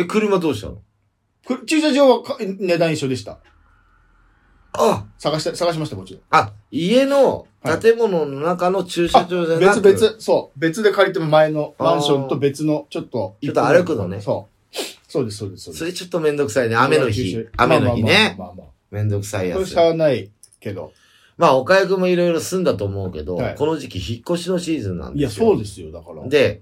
車どうしたの？ 駐車場は値段一緒でした。探しました、もちろん。 家の建物の中の駐車場じゃなくて、 別で借りても前のマンションと別の、ちょっと歩くのね。 そうです。 それちょっとめんどくさいね。雨の日ね。めんどくさいやつ。 それしゃあないけど。 岡井くんもいろいろ住んだと思うけど、この時期引っ越しのシーズンなんですよ。 いや、そうですよ、だから。 で、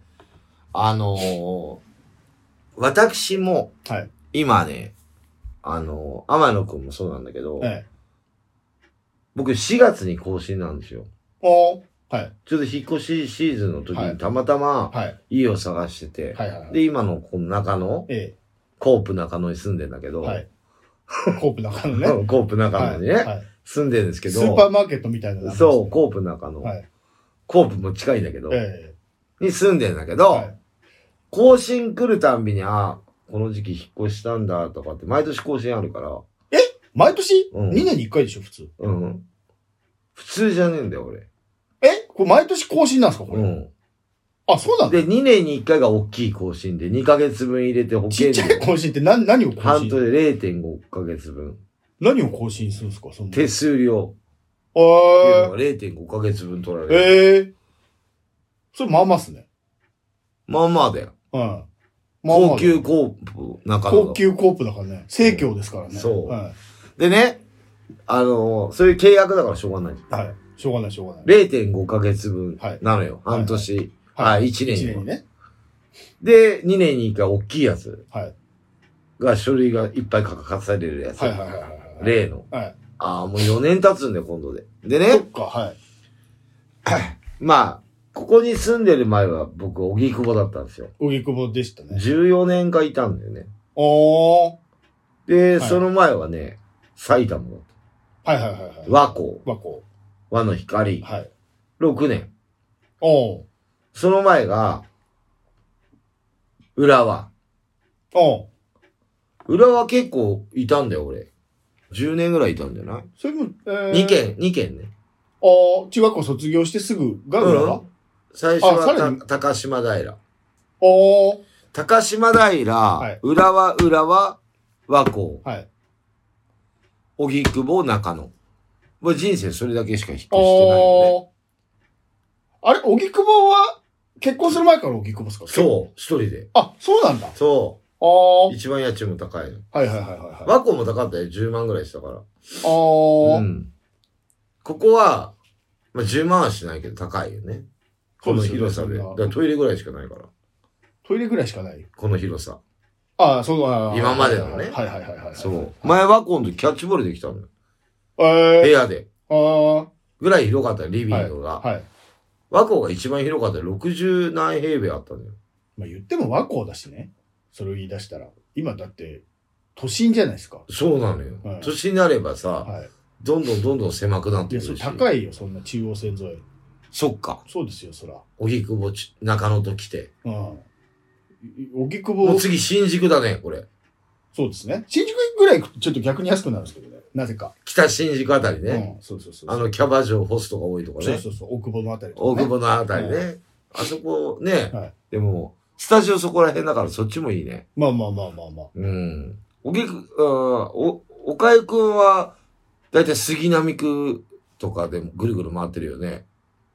私も、今ね、天野くんもそうなんだけど、僕4月に更新なんですよ。ちょうど引っ越しシーズンの時にたまたま家を探してて、で、今のこの中野、コープ中野に住んでんだけど、 コープ中野ね。 コープ中野にね、住んでるんですけど、 スーパーマーケットみたいな。 そう、コープ中野。コープも近いんだけど、に住んでんだけど、更新来るたんびに、この時期引っ越したんだとかって、毎年更新あるから。 毎年 ?2 年に1回でしょ、普通。 普通じゃねえんだよ、俺。 これ毎年更新なんですか、これ。そうなんだ。 で、2年に1回が大きい更新で、2ヶ月分入れて保険料。 ちっちゃい更新って何を更新？ 半年で 0.5 ヶ月分。 何を更新するんですか、その手数料。0.5 ヶ月分取られる。 それまあまあっすね。 まあまあだよ。高級コープ中野。 高級コープだからね。生協ですからね。 そう。でね、そういう契約だからしょうがない。 しょうがない。 0.5 ヶ月分なのよ。半年。1年にね。で、2年に1回大きいやつ。が、書類がいっぱい書かされるやつ。例の。もう4年経つんだよ、今度で。でね。 そっか、 ここに住んでる前は僕、荻窪だったんですよ。 荻窪でしたね。 14年間いたんだよね。で、その前はね、埼玉だった。和光。和の光。6年。その前が、浦和。浦和結構いたんだよ、俺。10年ぐらいいたんじゃない？ それも、 2軒ね。 中学校卒業してすぐが浦和？ 最初は高島平。高島平、浦和、和光。荻窪、中野。もう人生それだけしか引っ越してないよね。 あれ、荻窪は、結婚する前から荻窪ですか？ そう、一人で。 そうなんだ。 そう。一番家賃も高いの。和光も高かったよ。10万ぐらいしたから。ここは、10万はしないけど高いよね。この広さで。だからトイレぐらいしかないから。 トイレぐらいしかない？ この広さ。 そう今までのね。そう。前和光の時キャッチボールできたのよ。部屋で。ぐらい広かったよ、リビングが。和光が一番広かったよ。60何平米あったのよ。 言っても和光だしね。それを言い出したら。今だって、都心じゃないですか。 そうなのよ。都心になればさ、どんどん狭くなってくるし。 高いよ、そんな中央線沿い。 そっか。 そうですよ、そら。 荻窪、中野と来て。 荻窪。 もう次新宿だね、これ。 そうですね。新宿ぐらい行くとちょっと逆に安くなるんですけどね。なぜか。 北新宿あたりね。 そう。 キャバ嬢ホストが多いとかね。 そう。大久保のあたりとか。大久保のあたりね。あそこね。でも、スタジオそこら辺だからそっちもいいね。 まあ。 岡井くんは、だいたい杉並区とかでもぐるぐる回ってるよね。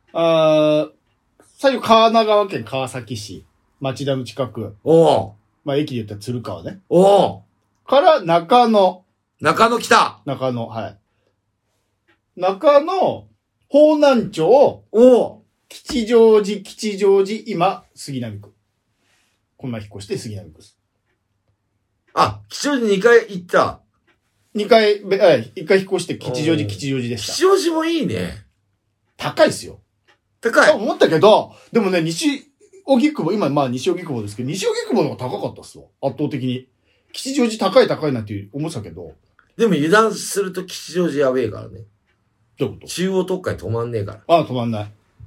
最初、神奈川県川崎市。町田の近く。駅で言ったら鶴川ね。から中野。 中野来た！ 中野、中野、方南町。吉祥寺、今、杉並区。この前引っ越して杉並区です。 吉祥寺2回行った。 1回引っ越して吉祥寺でした。 吉祥寺もいいね。 高いっすよ。 高い。 思ったけど、でもね、西荻窪ですけど、西荻窪の方が高かったっすよ。圧倒的に。吉祥寺高いなんて思ってたけど。 でも油断すると吉祥寺やべえからね。 どういうこと？ 中央特快止まんねえから。 止まんない。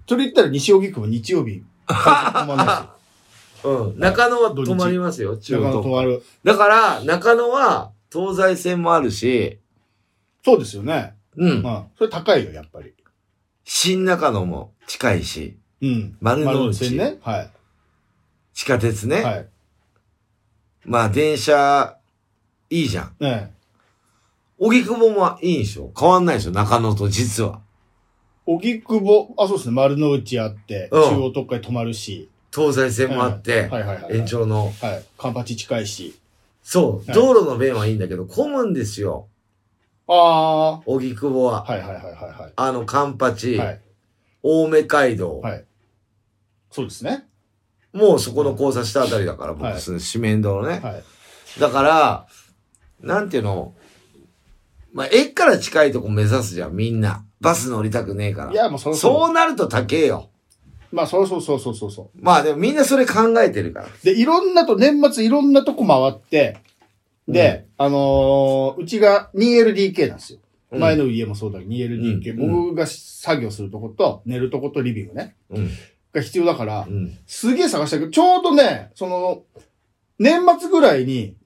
それ言ったら西荻窪日曜日、止まんないうん。中野は止まりますよ、 中野止まる。 だから、中野は東西線もあるし、 そうですよね。 うん。 それ高いよ、やっぱり。 新中野も近いし、 うん。 丸の内。 線ね。はい。 地下鉄ね。 はい。 まあ、電車、いいじゃん。 ねえ。 荻窪もいいんでしょ？変わんないでしょ？中野と実は。 荻窪、そうですね。丸の内あって、中央特快止まるし。 東西線もあって、延長の。 はい。カンパチ近いし。 そう。道路の便はいいんだけど、混むんですよ。荻窪は。 はい。 カンパチ。はい。青梅街道。 はい。そうですね。 もうそこの交差したあたりだから、僕、四面堂のね。はい。だから、なんていうの、まあ、駅から近いとこ目指すじゃん、みんな。バス乗りたくねえから。 いや、もうそうなると高えよ。 まあ、そう。 まあ、でもみんなそれ考えてるから。 で、年末いろんなとこ回って、で、うちが 2LDK なんですよ。前の家もそうだけど 2LDK。僕が作業するとこと、寝るとことリビングね。が必要だから、すげえ探したけど、ちょうどね、年末ぐらいに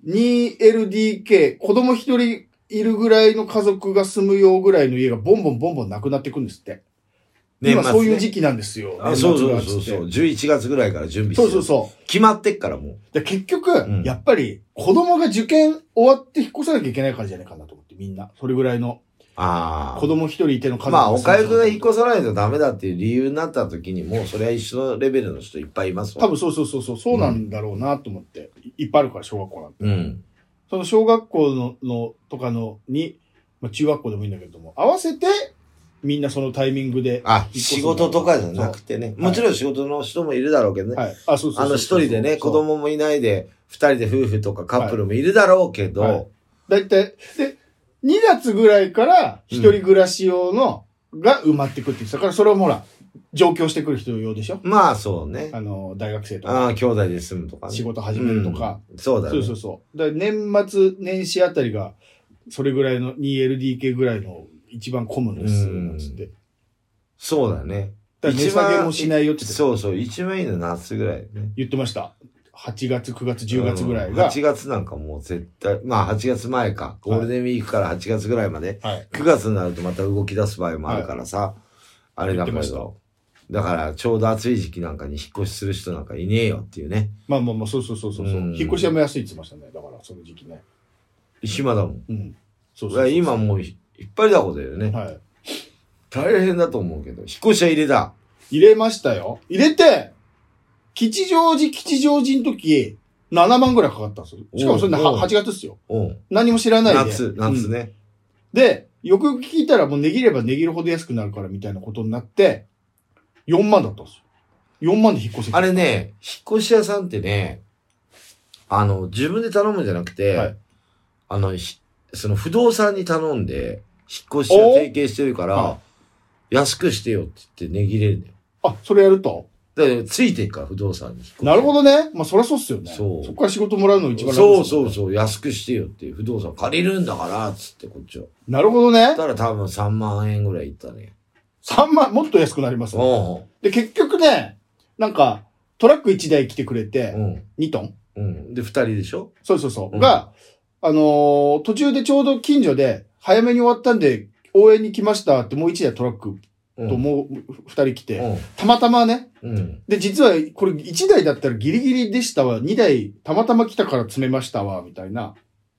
2LDK、子供一人いるぐらいの家族が住むようぐらいの家がボンボンなくなってくんですって。今そういう時期なんですよ。 そう。11月ぐらいから準備してる。 そう。 決まってっからもう。 で結局、やっぱり子供が受験終わって引っ越さなきゃいけないからじゃないかなと思って、みんな。それぐらいの。子供一人いての家族。 まあ、おかゆくんが引っ越さないとダメだっていう理由になった時にもうそれは一緒のレベルの人いっぱいいますわ。多分そうなんだろうなと思って。いっぱいあるから、小学校なんて。その小学校のとかのに、まあ中学校でもいいんだけれども、合わせて、みんなそのタイミングで。 仕事とかじゃなくてね。もちろん仕事の人もいるだろうけどね。はい。 そう。 一人でね、子供もいないで、二人で夫婦とかカップルもいるだろうけど。 だいたい、で、2月ぐらいから一人暮らし用のが埋まってくって言ってたから、それはほら、上京してくる人用でしょ？ まあそうね。 大学生とか。 兄弟で住むとかね。 仕事始めるとか。 そうだね。 そう。だから年末年始あたりが、それぐらいの 2LDK ぐらいの一番混むんです、なんつって。 そうだね。 だから値下げもしないよって言ってそう、一番いいの夏ぐらいね。 言ってました。8月、9月、10月ぐらいが。 8月なんかもう絶対、まあ8月前か。ゴールデンウィークから8月ぐらいまで。9月になるとまた動き出す場合もあるからさ。あれだけど。だからちょうど暑い時期なんかに引っ越しする人なんかいねえよっていうね。 まあ、そう。引っ越しはも安いって言ってましたね。だからその時期ね。 暇だもん。そう。今もういっぱいだことだよね。はい。大変だと思うけど。引っ越しは入れた。 入れましたよ。入れて、吉祥寺の時、7万ぐらいかかったんですよ。しかもそれ8月っすよ。何も知らないで。 夏ね。 で、よく聞いたらもう値切れば値切るほど安くなるからみたいなことになって、4万だったんですよ。4万で引っ越せあれね、引っ越し屋さんってね、自分で頼むんじゃなくて、その不動産に頼んで、引っ越しを提携してるから、安くしてよって言って値切れるんだよ。 それやるとついていくから、不動産に。 なるほどね。まあ、そりゃそうっすよね。そこから仕事もらうの一番楽ですよね。 そう。安くしてよっていう不動産借りるんだから、つってこっちは。 なるほどね。 だから多分3万円ぐらいいったね。 3万、もっと安くなりますね。で、結局ね、なんか、トラック1台来てくれて、2トン。 で、2人でしょ？ そう。が、途中でちょうど近所で、早めに終わったんで、応援に来ましたってもう1台トラックともう2人来て、たまたまね。で、実はこれ1台だったらギリギリでしたわ。2台たまたま来たから詰めましたわ、みたいな。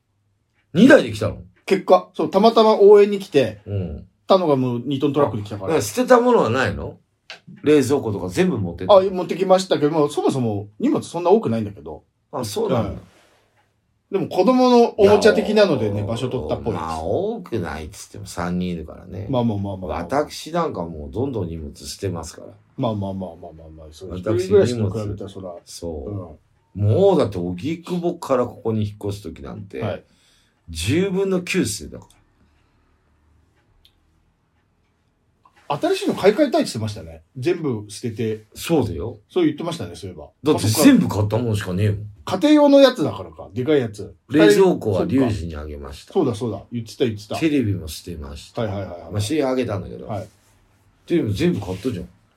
2台で来たの？ 結果、そう、たまたま応援に来て、たのがもう2トントラックで来たから。 捨てたものはないの？冷蔵庫とか全部持ってった？ 持ってきましたけど、そもそも荷物そんな多くないんだけど。 そうなんだ。 でも子供のおもちゃ的なのでね、場所取ったっぽいです。 まあ、多くないっつっても3人いるからね。 まあ。 私なんかもうどんどん荷物捨てますから。 まあ。そう一人暮らしに比べたらそら。 そう。もうだって荻窪からここに引っ越すときなんて、10分の9っすよ、だから。 新しいの買い替えたいって言ってましたね。全部捨てて。 そうだよ。 そう言ってましたね、そういえば。 だって全部買ったもんしかねえもん。 家庭用のやつだからか。でかいやつ。 冷蔵庫はリュウジにあげました。 そうだ。言ってた。 テレビも捨てました。 はい。 まあ、CA あげたんだけど。テレビも全部買ったじゃん。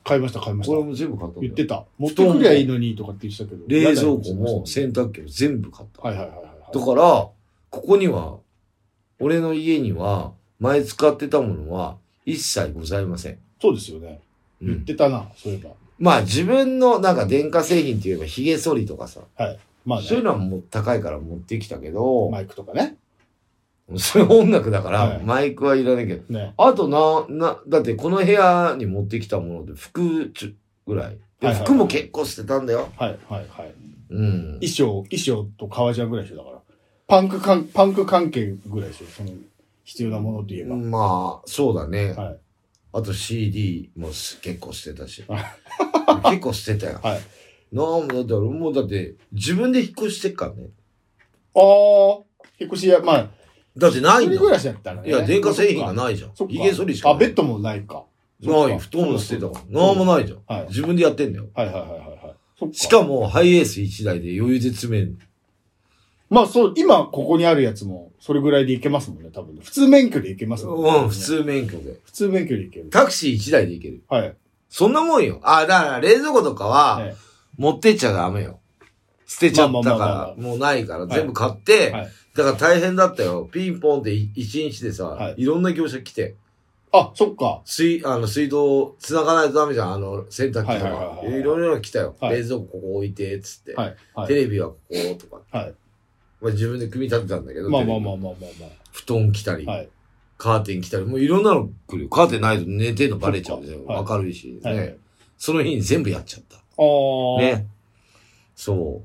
買いました。 俺も全部買ったんだよ。 言ってた。持ってくりゃいいのにとかって言ってたけど。 冷蔵庫も洗濯機も全部買った。 はい。だから、ここには、俺の家には、前使ってたものは一切ございません。 そうですよね。言ってたな、そういえば。 まあ自分のなんか電化製品って言えば髭剃りとかさ。 はい。まあね。 そういうのはもう高いから持ってきたけど。 マイクとかね。 それ音楽だから、マイクはいらないけど。 ね。 あとだってこの部屋に持ってきたもので服ぐらい。で服も結構捨てたんだよ。 はい。 うん。 衣装と革ジャンぐらいでしょ、だから。パンク関係ぐらいでしょ、その必要なものといえば。 まあ、そうだね。 はい。 あと CD も結構捨てたし。結構捨てたよ。 はい。 だって自分で引っ越してっからね。 ああ、引っ越しや、まあ。 だってないんだ。 一人暮らしだったらね。 いや、電化製品がないじゃん。髭剃りしかない。 あ、ベッドもないか。 ない、布団も捨てたから。なんもないじゃん。 はい。 自分でやってんだよ。 はい。 しかも、ハイエース1台で余裕で詰める。 まあそう、今ここにあるやつも、それぐらいでいけますもんね、多分。普通免許でいけますもんね。 うん、普通免許で。 普通免許でいける。 タクシー1台でいける。 はい。 そんなもんよ。だから冷蔵庫とかは、持ってっちゃダメよ。捨てちゃったから、もうないから、全部買って、だから大変だったよ。ピンポンって1日でさ、いろんな業者来て。 あ、そっか。 水道繋がないとダメじゃん、洗濯機とか。いろいろ来たよ。冷蔵庫ここ置いて、つって。テレビはこことか。はい。自分で組み立てたんだけど。 まあ。 布団来たり、カーテン来たり、もういろんなの来るよ。カーテンないと寝てんのバレちゃうんですよ。明るいし。ね。その日に全部やっちゃった。ね。そう。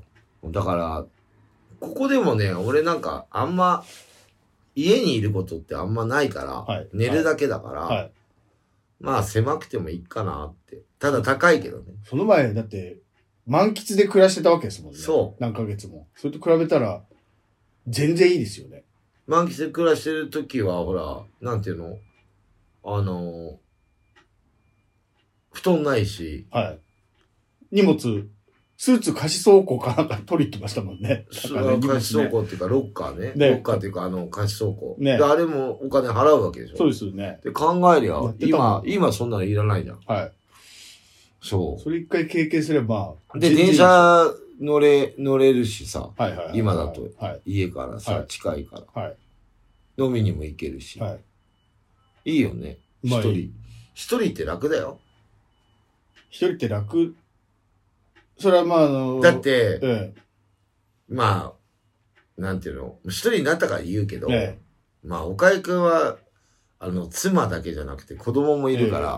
だから、ここでもね、俺なんかあんま、家にいることってあんまないから、寝るだけだから、まあ狭くてもいいかなって。ただ高いけどね。 その前、だって、満喫で暮らしてたわけですもんね。 そう。 何ヶ月も。それと比べたら、全然いいですよね。 満喫で暮らしてる時は、ほら、なんていうの布団ないし。 はい。荷物、スーツ貸し倉庫かなんか取り行ってましたもんね。 貸し倉庫っていうか、ロッカーね。ロッカーっていうか、貸し倉庫。 ね。 で、あれもお金払うわけでしょ。 そうですよね。 で、考えりゃ、今そんなのいらないじゃん。 はい。 そう。 それ一回経験すれば。 で、電車乗れるしさ。今だと、家からさ、近いから。飲みにも行けるし。いいよね。一人って楽だよ。 一人って楽。それはまあだって、まあ、なんていうの、一人になったから言うけど、まあ、岡井くんは、妻だけじゃなくて子供もいるから、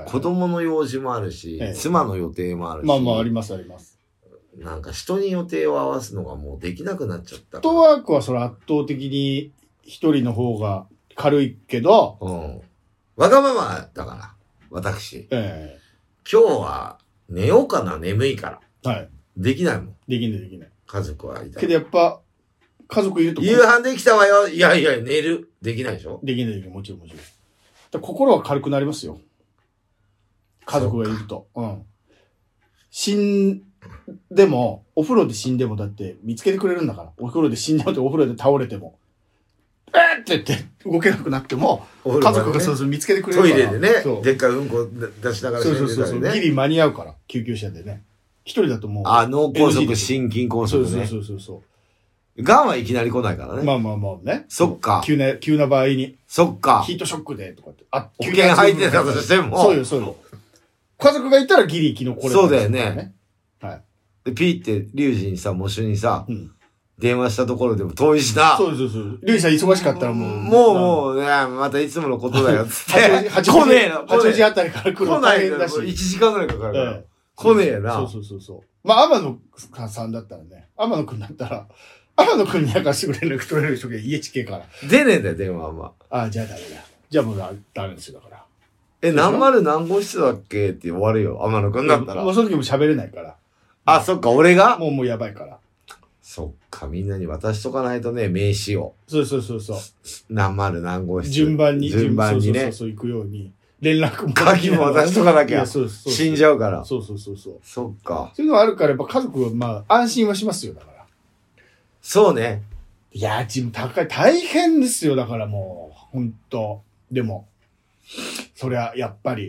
子供の用事もあるし、妻の予定もあるし。 まあ、あります。 なんか人に予定を合わすのがもうできなくなっちゃった。 フットワークはそれ圧倒的に一人の方が軽いけど、 わがままだから、私。今日は寝ようかな、眠いから。できないもん。 できない。 家族はいた。 けどやっぱ、家族いると。 夕飯できたわよ。いや、寝る。できないでしょ？ できない。もちろん。心は軽くなりますよ。家族がいると。死んでも、お風呂で死んでもだって見つけてくれるんだから。お風呂で死んでもってお風呂で倒れても。って言って動けなくなっても、家族がそう見つけてくれるから。 トイレでね、でっかいうんこ出しながら死んでたりね。 そう。ギリ間に合うから、救急車でね。一人だともう。 脳梗塞、心筋梗塞ね。 そう。 癌はいきなり来ないからね。 まあね。 そっか。 急な場合に。 そっか。 ヒートショックでとかって。 保険入ってたとしても。 そうよ。家族がいたらギリ生き残れる。 そうだよね。で、ピーって、リュウジにさ、模試にさ、電話したところでも遠いしな。 そう。リュウジさん忙しかったらもう。 もうね、またいつものことだよ、つって。来ねえな。 8時あたりから来るの大変だし。 1時間ぐらいかかるから。来ねえな。 そう。まあ、天野さんだったらね、天野くんだったら、天野くんになんかすぐ連絡取れる人が家近いから。 出ねえんだよ、電話は。 じゃあダメだ。じゃあもうダメですよ、だから。 何号室だっけって終わるよ、天野くんだったら。 もうその時も喋れないから。 そっか、俺がもうやばいから。 そっか、みんなに渡しとかないとね、名刺を。 そう。 何号室。 順番にね。そう行くように。連絡も。 鍵も渡しとかなきゃ。死んじゃうから。 そう。 そっか。 そういうのがあるから、やっぱ家族はまあ、安心はしますよ、だから。 そうね。 家賃も高い。大変ですよ、だからもう、ほんと。でも、そりゃ、やっぱり、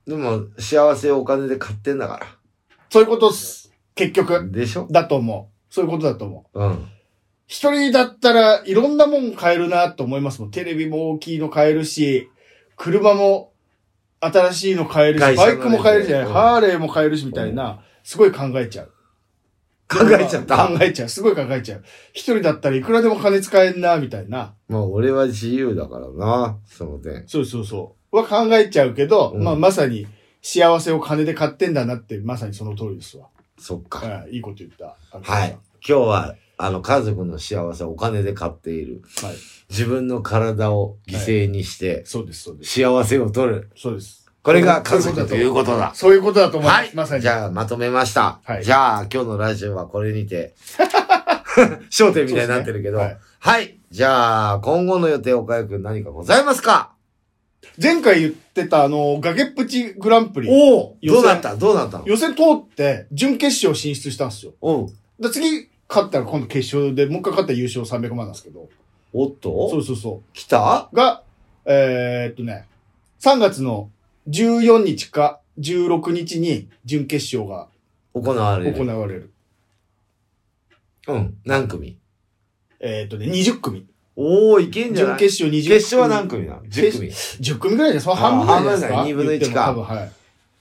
でも幸せをお金で買ってんだかそういうことっす。結ら。 局。 でしょ？ だと思う。そういうことだと思う。 うん。 一人だったらいろんなもん買えるなと思いますもん。テレビも大きいの買えるし、車も新しいの買えるし、バイクも買えるし、ハーレーも買えるしみたいな、すごい考えちゃう。 考えちゃった。 考えちゃう。すごい考えちゃう。一人だったらいくらでも金使えんな、みたいな。 まあ俺は自由だからな、その点。 そうそうそう。は考えちゃうけど、 うんまあまさに幸せを金で買ってんだなって、まさにその通りですわ。 そっか。 いいこと言った。 はい。今日は、家族の幸せをお金で買っている。 はい。 自分の体を犠牲にして、 そうです、そうです。 幸せを取る。 そうです。 これが家族ということだ。 そういうことだと思います。 はい。 まさに。 じゃあ、まとめました。 はい。 じゃあ、今日のラジオはこれにて、焦点みたいになってるけど。 はい。 はい。じゃあ、今後の予定、岡谷くん何かございますか？ 前回言ってた崖っぷちグランプリ。 おおどうなったの？ 予選通って準決勝進出したんですよ。 おう。 次勝ったら今度決勝で、もう一回勝ったら優勝300万なんですけど。 おっとそうそうそう。 来たが、3月の14日か16日に準決勝が行われる。うん。何組 20組。 おー、いけんじゃない？ 準決勝20組。 決勝は何組なの？ 10組。 10組ぐらいです。半分ぐらいですか ？2分の1か。 多分、はい。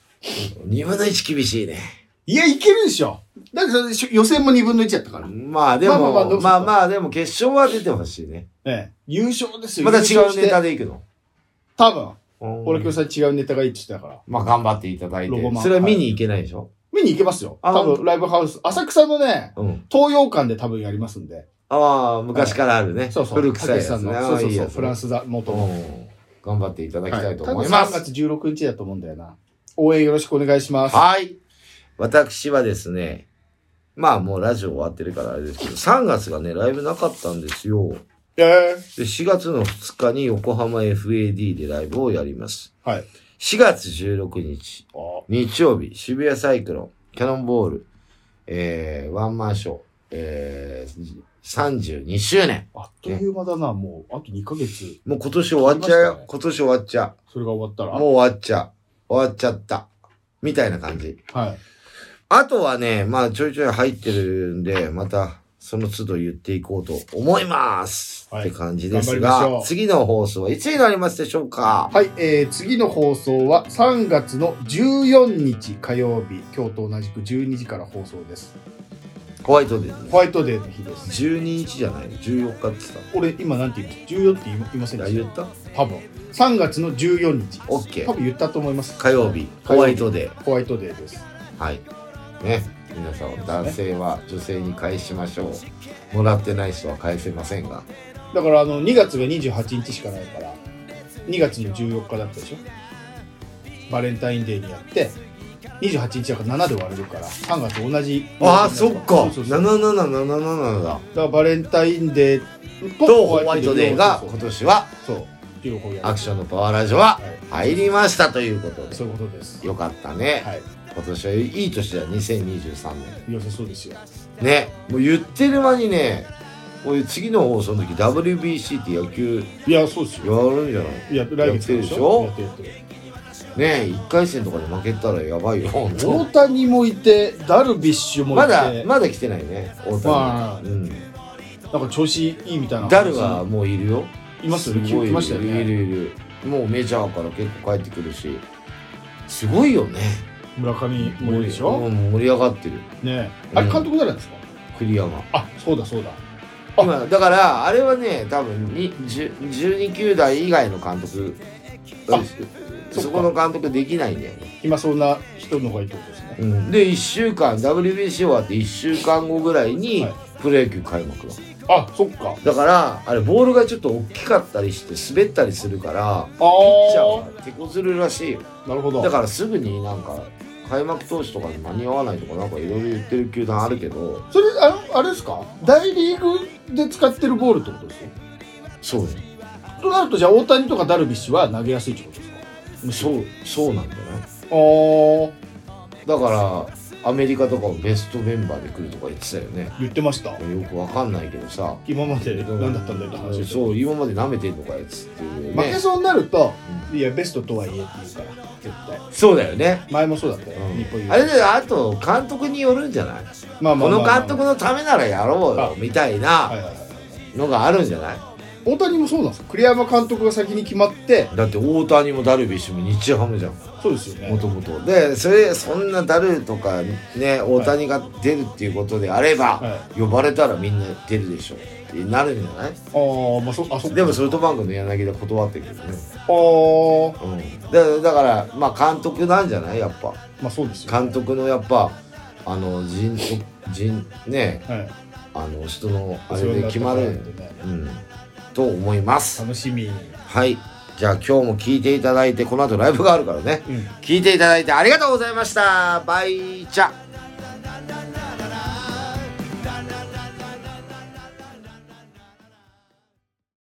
2分の1厳しいね。 いや、いけるでしょ。だって予選も2分の1やったから。 まあでも、まあでも決勝は出てほしいね。 優勝ですよ。 また違うネタでいくの？ 多分。俺今日さ違うネタがいいって言ってたから。 まあ頑張っていただいて。それは見に行けないでしょ？ 見に行けますよ。多分ライブハウス。浅草のね、東洋館で多分やりますんで。 ああ、昔からあるね。 そうそう。 古臭いやつね。 そうそうそう。フランスだ、元の。 頑張っていただきたいと思います。 3月16日だと思うんだよな。応援よろしくお願いします。 はい。私はですね、まあもうラジオ終わってるからあれですけど、3月がね、ライブなかったんですよ。で、4月の2日に横浜 FAD でライブをやります。 はい。 4月16日、日曜日、渋谷サイクロン、キャノンボール、ワンマンショー、32周年。 あっという間だな、もう、あと2ヶ月。 もう今年終わっちゃうよ。今年終わっちゃう。 それが終わったらもう終わっちゃう。終わっちゃった。みたいな感じ。 はい。 あとはね、まあちょいちょい入ってるんで、またその都度言っていこうと思います。はい、って感じですが、次の放送はいつになりますでしょうか？ はい、次の放送は3月の14日火曜日、今日と同じく12時から放送です。 ホワイトデー、 ホワイトデーの日です。 12日じゃないの ?14 日って言った。 俺今なんて言う？14って言いませんでした？ 言った？ 多分。3月の14日。 OK。 多分言ったと思います。 火曜日。ホワイトデー。 ホワイトデーです。 はい。ね。皆さん、男性は女性に返しましょう。もらってない人は返せませんが。 だから2月が28日しかないから、2月の14日だったでしょ？バレンタインデーにやって、28日だから7で割れるから、3月同じ。 ああ、そっか。7777だ。 だからバレンタインデーとホワイトデーが今年は、 そう。 アクションのパワーラジオは入りましたということで。 そういうことです。 よかったね。 はい。 今年はいい年だ、2023年。 良さそうですよ。 ね。もう言ってる間にね、こういう次の放送の時 WBC って野球いや、そうですよ。 やるんじゃない？ いや、来月でしょ？ やってる。 ねえ、1回戦とかで負けたらやばいよ。 大谷もいて、ダルビッシュもいて。 まだ来てないね、大谷。 まあ、なんか調子いいみたいな。 ダルはもういるよ。 いますよね。来ましたよね。 いる。もうメジャーから結構帰ってくるし。すごいよね。 村上もいるでしょ？ 盛り上がってる。 ねえ。あれ監督誰なんですか？ 栗山。 あ、そうだ。 今、だから、あれはね、多分12球団以外の監督。そこの監督できないんだよね。 今そんな人の方がいいってことですね。 で、1週間、WBC 終わって1週間後ぐらいに、プロ野球開幕だ。 あ、そっか。 だから、あれ、ボールがちょっと大きかったりして滑ったりするから、ピッチャーが手こずるらしいよ。 なるほど。 だからすぐになんか、開幕投手とかに間に合わないとかなんかいろいろ言ってる球団あるけど。 それ、あれですか？大リーグで使ってるボールってことですよ。 そうね。 となると、じゃあ大谷とかダルビッシュは投げやすいってことですか？ そうなんじゃない？だからアメリカとかもベストメンバーで来るとか言ってたよね。 言ってました。 よくわかんないけどさ、 今まで何だったんだよって話でしょ。 そう今まで舐めてんのかやつっていうね。 負けそうになると、いやベストとはいえって言うから絶対。 そうだよね。 前もそうだったよ、日本優勝。 あれであと監督によるんじゃない？この監督のためならやろうよみたいなのがあるんじゃない？ 大谷もそうなんですよ。栗山監督が先に決まって。 だって大谷もダルビッシュも日ハムじゃん。 そうですよね。 もともとでそんなダルとかね大谷が出るっていうことであれば、呼ばれたらみんな出るでしょってなるんじゃない？でもソフトバンクの柳田断ってるけどね。だからまあ監督なんじゃないやっぱ。 まあそうですよ、 監督のやっぱね、人のあれで決まると思います。 楽しみ。 はい。じゃあ今日も聞いていただいて、この後ライブがあるからね、聞いていただいてありがとうございました。バイチャ。